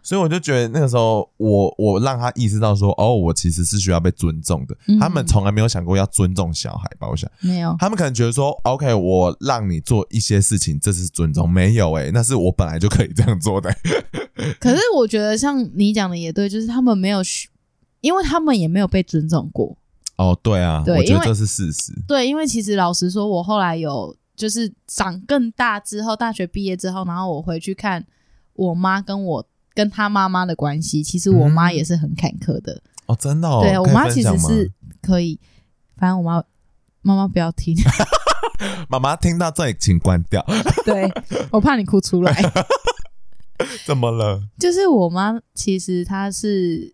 Speaker 2: 所以我就觉得那个时候我让他意识到说，哦，我其实是需要被尊重的。他们从来没有想过要尊重小孩吧？我想
Speaker 1: 没有，
Speaker 2: 他们可能觉得说 OK 我让你做一些事情，这是尊重。没有那是我本来就可以这样做的。
Speaker 1: 可是我觉得像你讲的也对，就是他们没有因为他们也没有被尊重过。
Speaker 2: 哦，对啊，
Speaker 1: 对，
Speaker 2: 我觉得这是事实。
Speaker 1: 对，因为其实老实说，我后来有就是长更大之后，大学毕业之后，然后我回去看我妈跟她妈妈的关系，其实我妈也是很坎坷的。
Speaker 2: 哦，真的哦。
Speaker 1: 对，我妈其实是可以，反正我妈妈不要听。
Speaker 2: 妈妈听到这里请关掉。
Speaker 1: 对，我怕你哭出来。
Speaker 2: 怎么了？
Speaker 1: 就是我妈其实她是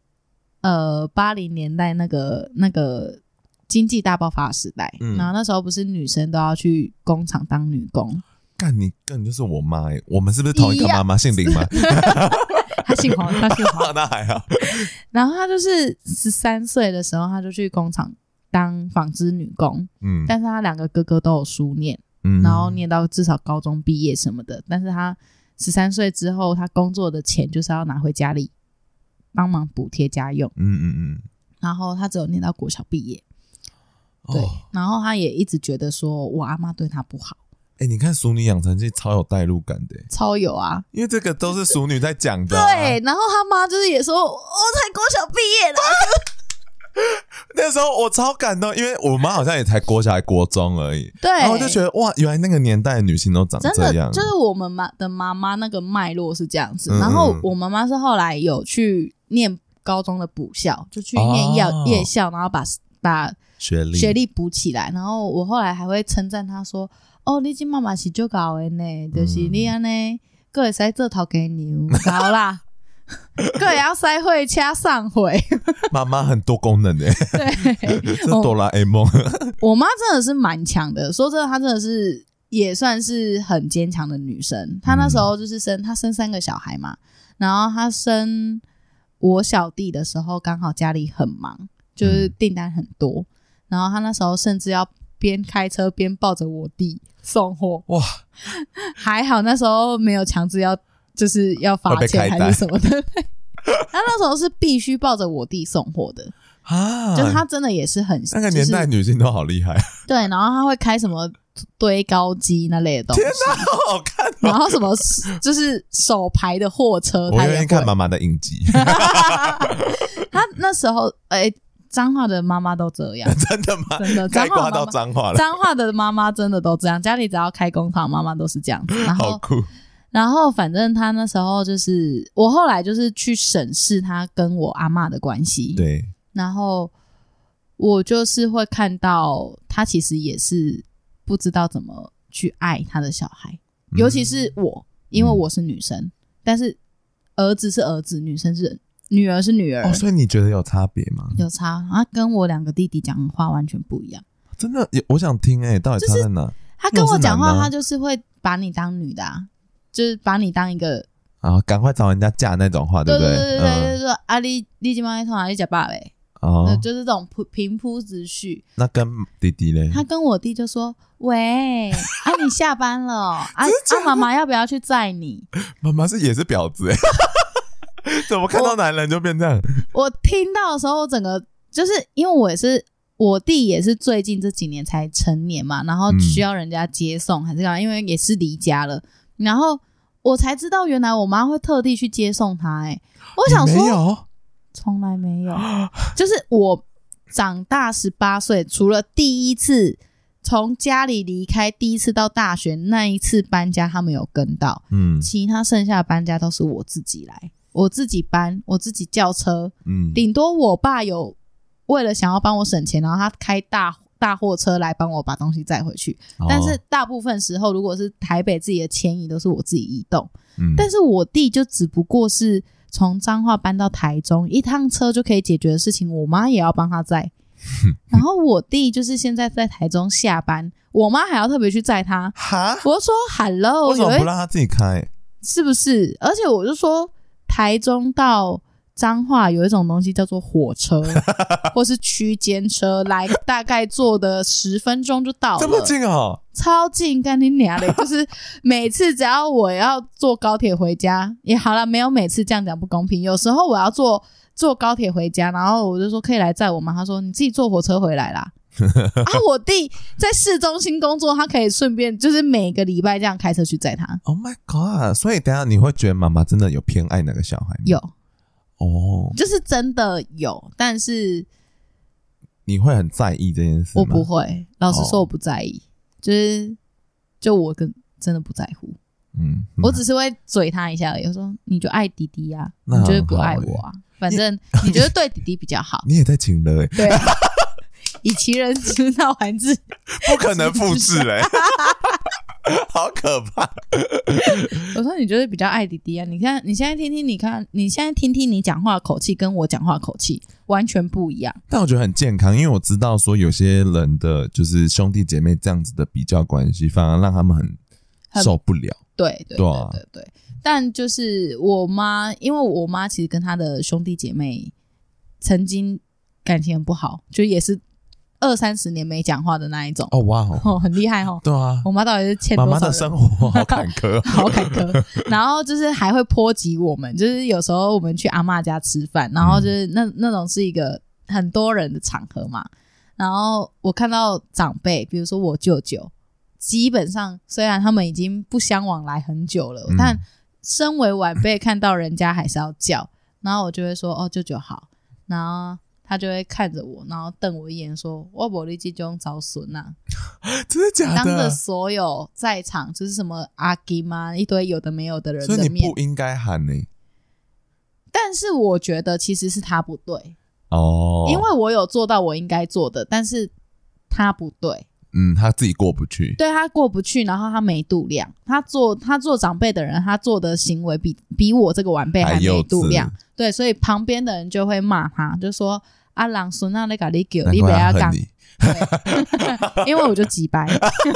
Speaker 1: 80年代那个经济大爆发的时代，然后那时候不是女生都要去工厂当女工。
Speaker 2: 干，你根本就是我妈我们是不是同一个妈妈？姓林吗？
Speaker 1: 她姓黄，她姓黄。
Speaker 2: 那还好。
Speaker 1: 然后她就是13岁的时候，她就去工厂当纺织女工。但是她2个哥哥都有书念，然后念到至少高中毕业什么的。但是她13岁之后，她工作的钱就是要拿回家里帮忙补贴家用。然后她只有念到国小毕业。对，然后她也一直觉得说我阿嬷对她不好。
Speaker 2: 你看《熟女养成记》超有代入感的。
Speaker 1: 超有啊，
Speaker 2: 因为这个都是熟女在讲的。
Speaker 1: 对，然后她妈就是也说我才国小毕业啦。
Speaker 2: 那时候我超感动，因为我妈好像也才国小还国中而已。
Speaker 1: 对，
Speaker 2: 然后我就觉得哇，原来那个年代的女性都长这样。
Speaker 1: 真的就是我们的妈妈那个脉络是这样子。然后我妈妈是后来有去念高中的补校，就去念夜校，然后把学历补起来。然后我后来还会称赞她说，哦，你这妈妈是很高的呢，就是你这样呢还可以做头家娘，高啦。对，要塞会掐上会。
Speaker 2: 妈妈很多功能的。对，是哆啦 A 梦。
Speaker 1: 我妈真的是蛮强的，说真的，她真的是也算是很坚强的女生。她那时候就是她生3个小孩嘛，然后她生我小弟的时候，刚好家里很忙，就是订单很多，然后她那时候甚至要边开车边抱着我弟送货。哇，还好那时候没有强制就是要罚钱还是什么的。他那时候是必须抱着我弟送货的啊，就是他真的也是很
Speaker 2: 那个年代女性都好厉害。
Speaker 1: 对，然后他会开什么堆高机那类的东西。
Speaker 2: 天哪，好好看
Speaker 1: 然后什么就是手排的货车，
Speaker 2: 我愿意看妈妈的影集。
Speaker 1: 他那时候彰化的妈妈都这样。
Speaker 2: 真的吗？
Speaker 1: 真的，
Speaker 2: 概括到彰化了。
Speaker 1: 彰化的妈妈真的都这样，家里只要开工厂，妈妈都是这样子。然后
Speaker 2: 好酷。
Speaker 1: 然后反正他那时候就是我后来就是去审视他跟我阿嬷的关系。
Speaker 2: 对。
Speaker 1: 然后我就是会看到他其实也是不知道怎么去爱他的小孩，尤其是我，因为我是女生，但是儿子是儿子，女儿是女儿。
Speaker 2: 所以你觉得有差别吗？
Speaker 1: 有差，他跟我2个弟弟讲话完全不一样。
Speaker 2: 真的，我想听到底差在哪？
Speaker 1: 他跟我讲话，他就是会把你当女的啊，就是把你当一个
Speaker 2: 赶快找人家嫁那种话，对不对？
Speaker 1: 对，就是说啊，你今晚在从哪里吃饱嘞？就是这种平铺直叙。
Speaker 2: 那跟弟弟嘞？
Speaker 1: 他跟我弟就说：“喂，你下班了妈妈要不要去载你？”
Speaker 2: 妈妈也是婊子怎么看到男人就变这样？
Speaker 1: 我听到的时候，整个就是因为我弟也是最近这几年才成年嘛，然后需要人家接送还是干嘛，因为也是离家了，然后我才知道原来我妈会特地去接送他。我想说，
Speaker 2: 没有，
Speaker 1: 从来没有。就是我长大18岁，除了第一次从家里离开，第一次到大学那一次搬家，他们有跟到，其他剩下的搬家都是我自己来，我自己搬，我自己叫车，顶多我爸有为了想要帮我省钱，然后他开大货车来帮我把东西载回去，但是大部分时候如果是台北自己的迁移都是我自己移动，但是我弟就只不过是从彰化搬到台中，一趟车就可以解决的事情，我妈也要帮他载。然后我弟就是现在在台中下班，我妈还要特别去载他。我就说 Hello，
Speaker 2: 为什么不让他自己开？
Speaker 1: 是不是？而且我就说台中到彰化有一种东西叫做火车或是区间车，来大概坐的10分钟就到了。
Speaker 2: 这么近哦？
Speaker 1: 超近，干你娘嘞！就是每次只要我要坐高铁回家，也好了，没有每次这样讲不公平。有时候我要坐高铁回家，然后我就说可以来载我吗？他说你自己坐火车回来啦。我弟在市中心工作，他可以顺便就是每个礼拜这样开车去载他。
Speaker 2: Oh my god！ 所以等一下你会觉得妈妈真的有偏爱那个小孩吗？
Speaker 1: 有
Speaker 2: 哦，
Speaker 1: 就是真的有，但是
Speaker 2: 你会很在意这件事吗？
Speaker 1: 我不会，老实说我不在意，就我真的不在乎。我只是会嘴他一下而已，我说你就爱弟弟啊，你就是不爱我啊，反正你就是对弟弟比较好。
Speaker 2: 你也在请了
Speaker 1: 对啊，以其人之道还治，
Speaker 2: 不可能复制好可怕。
Speaker 1: 我说你就是比较爱弟弟啊，你看你现在听听你讲话的口气跟我讲话的口气完全不一样。
Speaker 2: 但我觉得很健康，因为我知道说有些人的就是兄弟姐妹这样子的比较关系，反而让他们很受不了。
Speaker 1: 对，但就是我妈，因为我妈其实跟她的兄弟姐妹曾经感情很不好，就也是20-30年没讲话的那一种。
Speaker 2: 哦哇哦，
Speaker 1: 很厉害哦。
Speaker 2: 对啊，
Speaker 1: 我妈到底是欠多少人？
Speaker 2: 妈妈的生活好坎坷
Speaker 1: 好坎坷。然后就是还会波及我们，就是有时候我们去阿嬷家吃饭，然后就是那种是一个很多人的场合嘛，然后我看到长辈，比如说我舅舅，基本上虽然他们已经不相往来很久了，但身为晚辈看到人家还是要叫，然后我就会说哦舅舅好，然后他就会看着我，然后瞪我一眼说我没你这种招孙啊。
Speaker 2: 真的假的？
Speaker 1: 当着所有在场就是什么阿金啊一堆有的没有的人的面，
Speaker 2: 所以你不应该喊呢。
Speaker 1: 但是我觉得其实是他不对
Speaker 2: 哦，
Speaker 1: 因为我有做到我应该做的，但是他不对。
Speaker 2: 他自己过不去，
Speaker 1: 对，他过不去，然后他没度量，他做长辈的人，他做的行为比我这个晚辈还没度量。对，所以旁边的人就会骂他，就说啊人孙啊你把你叫你不要讲，因为我就急掰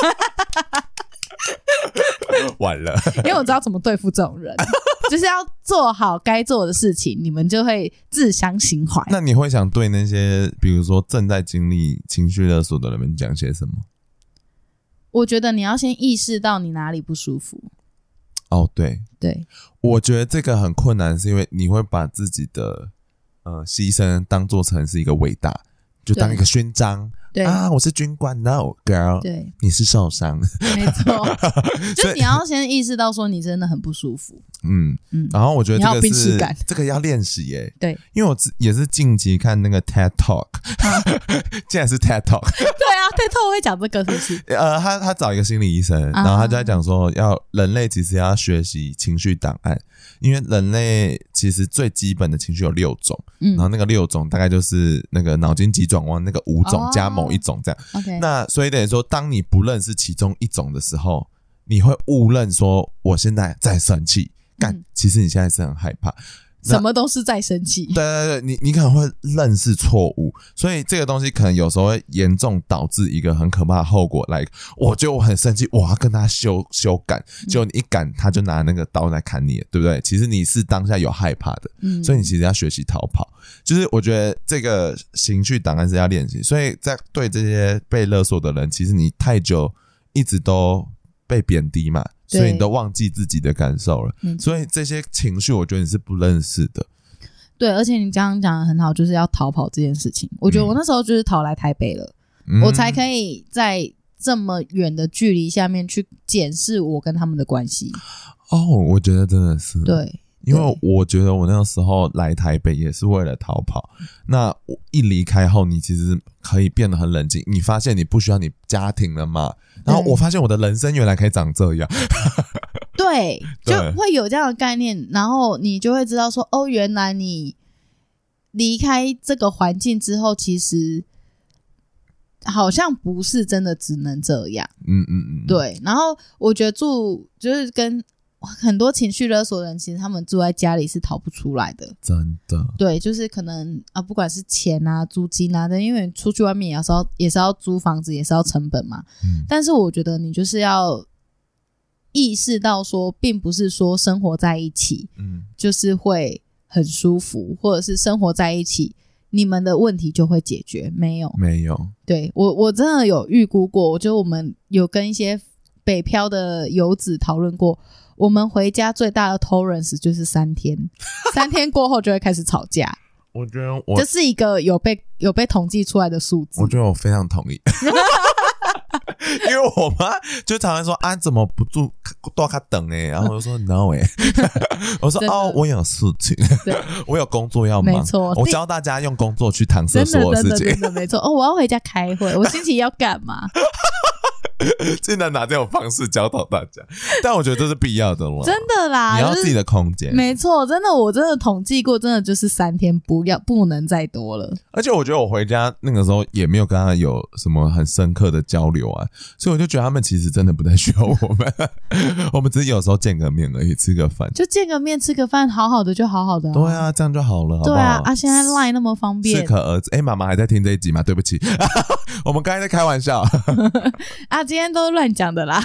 Speaker 2: 完了，
Speaker 1: 因为我知道怎么对付这种人就是要做好该做的事情，你们就会自相心怀。
Speaker 2: 那你会想对那些比如说正在经历情绪勒索的人们讲些什么？
Speaker 1: 我觉得你要先意识到你哪里不舒服。
Speaker 2: 哦，对，我觉得这个很困难，是因为你会把自己的牺牲当做成是一个伟大，就当一个勋章。对啊，我是军官 ，No girl， 对，你是受伤，
Speaker 1: 没错，就你要先意识到说你真的很不舒服。
Speaker 2: 然后我觉得这个是
Speaker 1: 感
Speaker 2: 这个要练习耶。
Speaker 1: 对，
Speaker 2: 因为我也是近期看那个 TED Talk， 竟然是 TED Talk。对
Speaker 1: 啊 ，TED Talk 会讲这个是不是？
Speaker 2: 他找一个心理医生，然后他就在讲说，人类其实要学习情绪档案，因为人类其实最基本的情绪有6种，然后那个6种大概就是那个脑筋急转弯那个5种加某一种这样。
Speaker 1: Okay.
Speaker 2: 那所以等于说，当你不认识其中一种的时候，你会误认说我现在在生气，其实你现在是很害怕。
Speaker 1: 什么都是在生气。
Speaker 2: 对，你可能会认识错误，所以这个东西可能有时候会严重导致一个很可怕的后果。来，我觉得我很生气，我要跟他修赶，结果你一赶，他就拿那个刀来砍你了，对不对？其实你是当下有害怕的，所以你其实要学习逃跑。就是我觉得这个情绪档案是要练习，所以在对这些被勒索的人，其实你太久一直都被贬低嘛，所以你都忘记自己的感受了，所以这些情绪我觉得你是不认识的。
Speaker 1: 对，而且你刚刚讲的很好，就是要逃跑这件事情，我觉得我那时候就是逃来台北了，我才可以在这么远的距离下面去检视我跟他们的关系。
Speaker 2: 我觉得真的是
Speaker 1: 对，
Speaker 2: 因为我觉得我那个时候来台北也是为了逃跑，那我一离开后，你其实可以变得很冷静，你发现你不需要你家庭了嘛，然后我发现我的人生原来可以长这样。
Speaker 1: 对，就会有这样的概念，然后你就会知道说，原来你离开这个环境之后，其实好像不是真的只能这样。对，然后我觉得就是跟很多情绪勒索的人，其实他们住在家里是逃不出来的，
Speaker 2: 真的。
Speaker 1: 对，就是可能不管是钱啊、租金啊的，因为出去外面也是要租房子，也是要成本嘛。但是我觉得你就是要意识到说，并不是说生活在一起，就是会很舒服，或者是生活在一起你们的问题就会解决，没有。对，我真的有预估过，我觉得我们有跟一些北漂的游子讨论过，我们回家最大的 tolerance 就是3天3天过后就会开始吵架。
Speaker 2: 我觉得
Speaker 1: 这是一个有被统计出来的数字。
Speaker 2: 我觉得我非常同意因为我妈就常常说啊，怎么不住多卡等然后我就说 no 我说哦，我有事情我有工作要忙，
Speaker 1: 没错，
Speaker 2: 我教大家用工作去搪塞所有事情，
Speaker 1: 真的没错。我要回家开会，我星期一要干嘛
Speaker 2: 竟然拿这种方式教导大家，但我觉得这是必要的了，
Speaker 1: 真的啦，
Speaker 2: 你要自己的空间，
Speaker 1: 没错，真的，我真的统计过，真的就是3天，不能再多了。
Speaker 2: 而且我觉得我回家那个时候也没有跟他有什么很深刻的交流啊，所以我就觉得他们其实真的不太需要我们我们只是有时候见个面而已，吃个饭，
Speaker 1: 就见个面吃个饭，好好的就好好的
Speaker 2: 对啊，这样就好了，好不好？
Speaker 1: 对啊，现在 LINE 那么方便，
Speaker 2: 适可而止。妈妈还在听这一集吗？对不起我们刚才在开玩笑
Speaker 1: 今天都乱讲的啦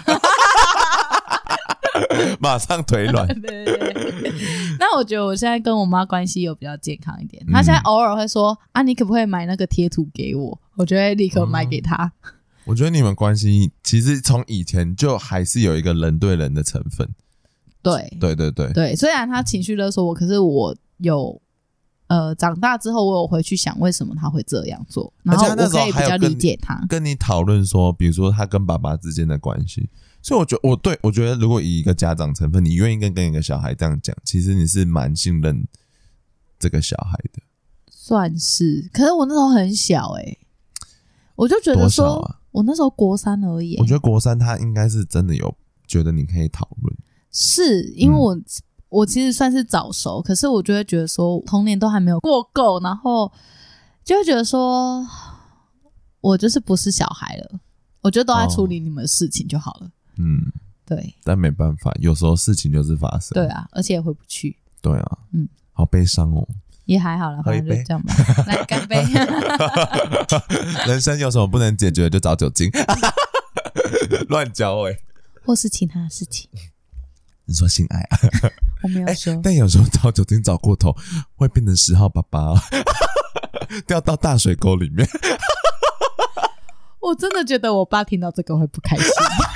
Speaker 2: 马上腿软
Speaker 1: 对那我觉得我现在跟我妈关系有比较健康一点，她现在偶尔会说你可不可以买那个贴图给我，我就会立刻买给她
Speaker 2: 我觉得你们关系其实从以前就还是有一个人对人的成分，对，
Speaker 1: 虽然她情绪勒索我，可是我有长大之后我有回去想为什么他会这样做，然后我可以比较理解他，
Speaker 2: 跟你讨论说比如说他跟爸爸之间的关系，所以我觉得如果以一个家长成分，你愿意跟一个小孩这样讲，其实你是蛮信任这个小孩的，
Speaker 1: 算是。可是我那时候很小我就觉得说我那时候国3而已
Speaker 2: 我觉得国3他应该是真的有觉得你可以讨论，
Speaker 1: 是因为我其实算是早熟，可是我就会觉得说童年都还没有过够，然后就会觉得说我就是不是小孩了，我觉得都在处理你们的事情就好了。对，
Speaker 2: 但没办法，有时候事情就是发生。
Speaker 1: 对啊，而且也回不去。
Speaker 2: 对啊，好悲伤哦。
Speaker 1: 也还好啦，反正就这样吧。来干杯
Speaker 2: 人生有什么不能解决的就找酒精乱教
Speaker 1: 或是其他事情。
Speaker 2: 你说性爱啊
Speaker 1: 我没有说
Speaker 2: 但有时候找酒精找过头会变成10号爸爸掉到大水沟里面
Speaker 1: 我真的觉得我爸听到这个会不开心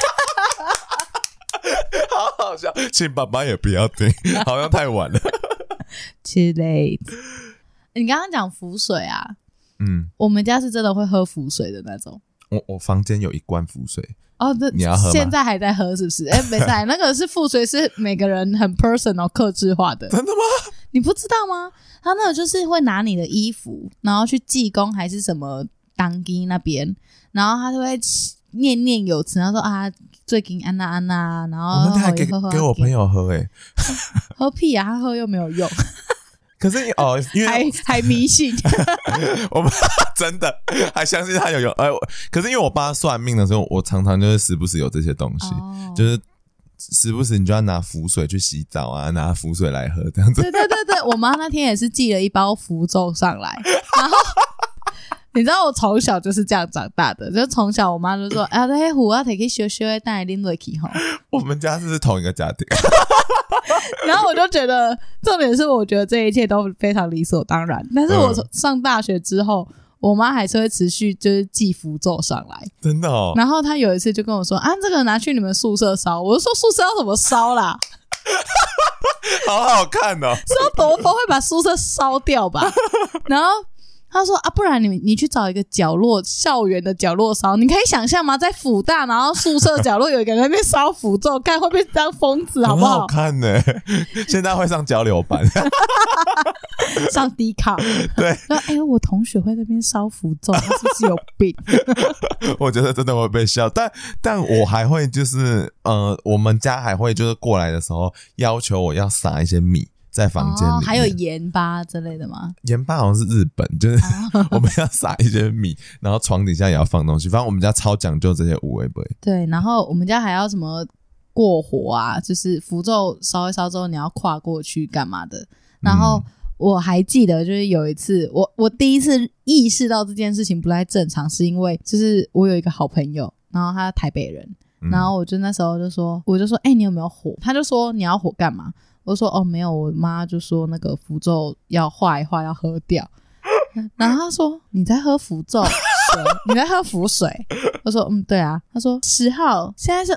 Speaker 2: 好好笑，请爸爸也不要听好像太晚了
Speaker 1: 之类的。你刚刚讲浮水啊，我们家是真的会喝浮水的那种。
Speaker 2: 我房间有一罐浮水
Speaker 1: 这
Speaker 2: 你要喝吗？
Speaker 1: 现在还在喝是不是？没在那个是浮水，是每个人很 personal 客制化的。
Speaker 2: 真的吗？
Speaker 1: 你不知道吗？他那个就是会拿你的衣服然后去济公还是什么当机那边，然后他就会念念有词，他说最近安娜，然后
Speaker 2: 我那天还给我朋友喝
Speaker 1: 喝屁啊，他喝又没有用
Speaker 2: 可是因为
Speaker 1: 还迷信
Speaker 2: 我们真的还相信他有用可是因为我帮他算命的时候，我常常就是时不时有这些东西就是时不时你就要拿符水去洗澡啊，拿符水来喝这样子。
Speaker 1: 对，我妈那天也是寄了一包符咒上来然后你知道我从小就是这样长大的，就从小我妈就说这些符要提去烧烧的带来拎回去
Speaker 2: 我们家是同一个家庭
Speaker 1: 然后我就觉得重点是我觉得这一切都非常理所当然，但是我上大学之后我妈还是会持续就是寄符咒上来，
Speaker 2: 真的
Speaker 1: 然后她有一次就跟我说这个拿去你们宿舍烧，我就说宿舍要怎么烧啦
Speaker 2: 好好看
Speaker 1: 烧多风会把宿舍烧掉吧然后他说不然你去找一个角落，校园的角落烧，你可以想象吗？在辅大然后宿舍角落有一个人在那边烧符咒看会不会当疯子好不好？
Speaker 2: 很好看现在会上交流班
Speaker 1: 上迪卡
Speaker 2: 对
Speaker 1: 我同学会在那边烧符咒，他是不是有病
Speaker 2: 我觉得真的会被笑，但我还会就是我们家还会就是过来的时候要求我要撒一些米在房间里面
Speaker 1: 还有盐巴之类的吗？
Speaker 2: 盐巴好像是日本，就是我们要撒一些米然后床底下也要放东西，反正我们家超讲究这些有的没的。
Speaker 1: 对，然后我们家还要什么过火啊，就是符咒烧一烧之后你要跨过去干嘛的。然后我还记得就是有一次我第一次意识到这件事情不太正常，是因为就是我有一个好朋友，然后他台北人，然后我就那时候我就说你有没有火？他就说你要火干嘛？ 我说哦没有，我妈就说那个符咒要画一画要喝掉。然后他说你在喝符咒水，你在喝符水。我说对啊。他说10号现在是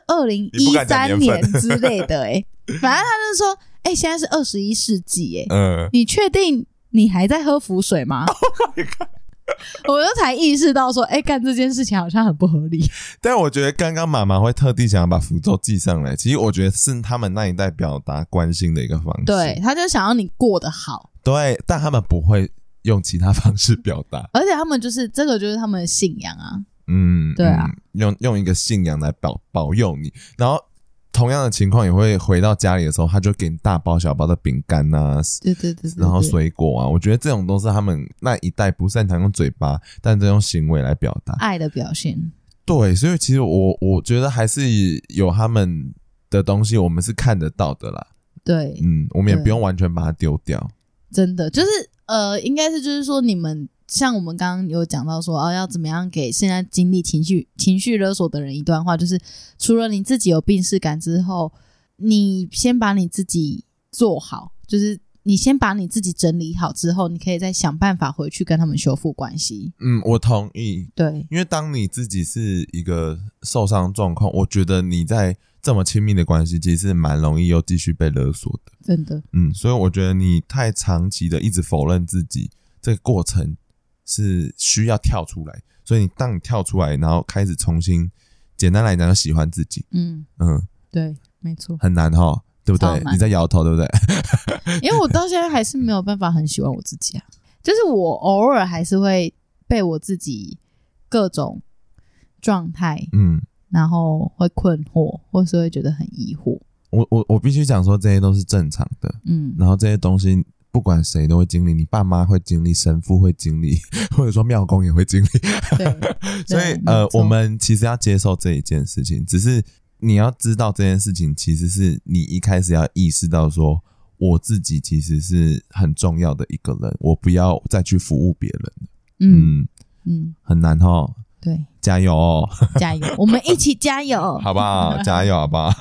Speaker 1: 2013年之类的反正他就说现在是21世纪你确定你还在喝符水吗？
Speaker 2: Oh my God，
Speaker 1: 我就才意识到说干这件事情好像很不合理。
Speaker 2: 但我觉得刚刚妈妈会特地想要把符咒寄上来，其实我觉得是他们那一代表达关心的一个方式。
Speaker 1: 对，他就想要你过得好。
Speaker 2: 对，但他们不会用其他方式表达，
Speaker 1: 而且他们就是这个就是他们的信仰啊。对啊，
Speaker 2: 用一个信仰来保佑你，然后同样的情况也会回到家里的时候，他就给你大包小包的饼干啊，
Speaker 1: 对，
Speaker 2: 然后水果啊，我觉得这种都是他们那一代不擅长用嘴巴，但这用行为来表达
Speaker 1: 爱的表现。
Speaker 2: 对，所以其实我觉得还是有他们的东西，我们是看得到的啦。
Speaker 1: 对，
Speaker 2: 我们也不用完全把它丢掉。
Speaker 1: 真的就是应该是就是说你们。像我们刚刚有讲到说要怎么样给现在经历情绪勒索的人一段话，就是除了你自己有病识感之后，你先把你自己做好，就是你先把你自己整理好之后，你可以再想办法回去跟他们修复关系。
Speaker 2: 我同意。
Speaker 1: 对，
Speaker 2: 因为当你自己是一个受伤状况，我觉得你在这么亲密的关系其实是蛮容易又继续被勒索的。
Speaker 1: 真的。
Speaker 2: 所以我觉得你太长期的一直否认自己，这个过程是需要跳出来，所以当你跳出来，然后开始重新，简单来讲，就喜欢自己。
Speaker 1: 对，没错，
Speaker 2: 很难齁，对不对？你在摇头，对不对？
Speaker 1: 因为我到现在还是没有办法很喜欢我自己啊，就是我偶尔还是会被我自己各种状态，然后会困惑，或是会觉得很疑惑。
Speaker 2: 我必须讲说，这些都是正常的。然后这些东西。不管谁都会经历，你爸妈会经历，神父会经历，或者说庙公也会经历。所以我们其实要接受这一件事情，只是你要知道这件事情其实是你一开始要意识到说，我自己其实是很重要的一个人，我不要再去服务别人。很难齁。
Speaker 1: 对，
Speaker 2: 加油哦！
Speaker 1: 加油，我们一起加油，
Speaker 2: 好不好？加油，好不好？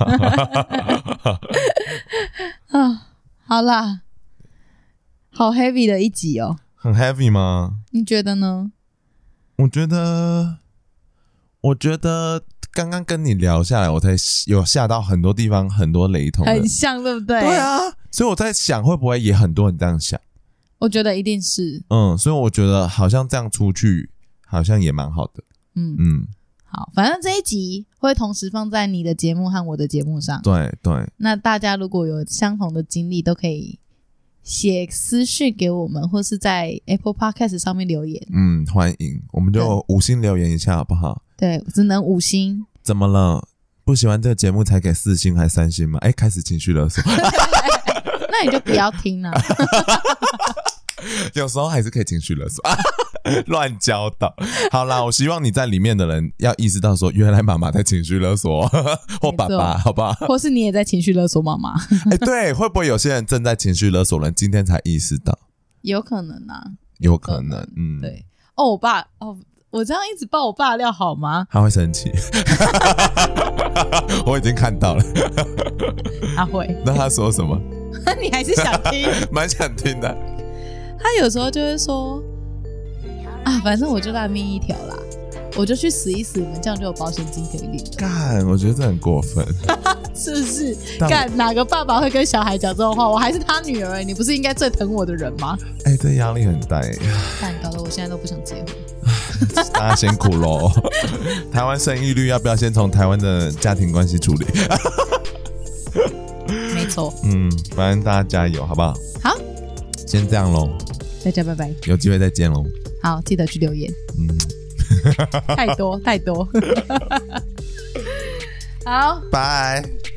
Speaker 1: 好啦。好 heavy 的一集哦。
Speaker 2: 很 heavy 吗？
Speaker 1: 你觉得呢？
Speaker 2: 我觉得刚刚跟你聊下来，我才有下到很多地方很多雷同的，
Speaker 1: 很像对不对？
Speaker 2: 对啊，所以我在想会不会也很多人这样想。
Speaker 1: 我觉得一定是。
Speaker 2: 所以我觉得好像这样出去好像也蛮好的。
Speaker 1: 好，反正这一集会同时放在你的节目和我的节目上。
Speaker 2: 对，
Speaker 1: 那大家如果有相同的经历都可以写私讯给我们，或是在 Apple Podcast 上面留言。
Speaker 2: 欢迎，我们就5星留言一下好不好？
Speaker 1: 对，只能5星。
Speaker 2: 怎么了？不喜欢这个节目才给4星还3星吗？开始情绪勒索。
Speaker 1: 那你就不要听了。
Speaker 2: 有时候还是可以情绪勒索。乱教导。好啦，我希望你在里面的人要意识到说，原来妈妈在情绪勒索或爸爸，好不好？
Speaker 1: 或是你也在情绪勒索妈妈。
Speaker 2: 对，会不会有些人正在情绪勒索人，今天才意识到？
Speaker 1: 有可能啊，
Speaker 2: 有可能。
Speaker 1: 对。我爸我这样一直爆我爸的料好吗？
Speaker 2: 他会生气。我已经看到了。
Speaker 1: 他会。
Speaker 2: 那他说什么？
Speaker 1: 你还是想听？
Speaker 2: 蛮想听的。
Speaker 1: 他有时候就会说反正我就烂命一条啦，我就去死一死，你们这样就有保险金可以领了。
Speaker 2: 干，我觉得这很过分。
Speaker 1: 是不是？干，哪个爸爸会跟小孩讲这种话？我还是他女儿，你不是应该最疼我的人吗？
Speaker 2: 这压力很大。
Speaker 1: 干，搞得我现在都不想结婚。
Speaker 2: 大家辛苦咯。台湾生育率要不要先从台湾的家庭关系处理？
Speaker 1: 没错。
Speaker 2: 反正大家加油好不好？
Speaker 1: 好，
Speaker 2: 先这样咯，
Speaker 1: 大家拜拜，
Speaker 2: 有机会再见咯。
Speaker 1: 好，记得去留言。太多。好，
Speaker 2: 拜。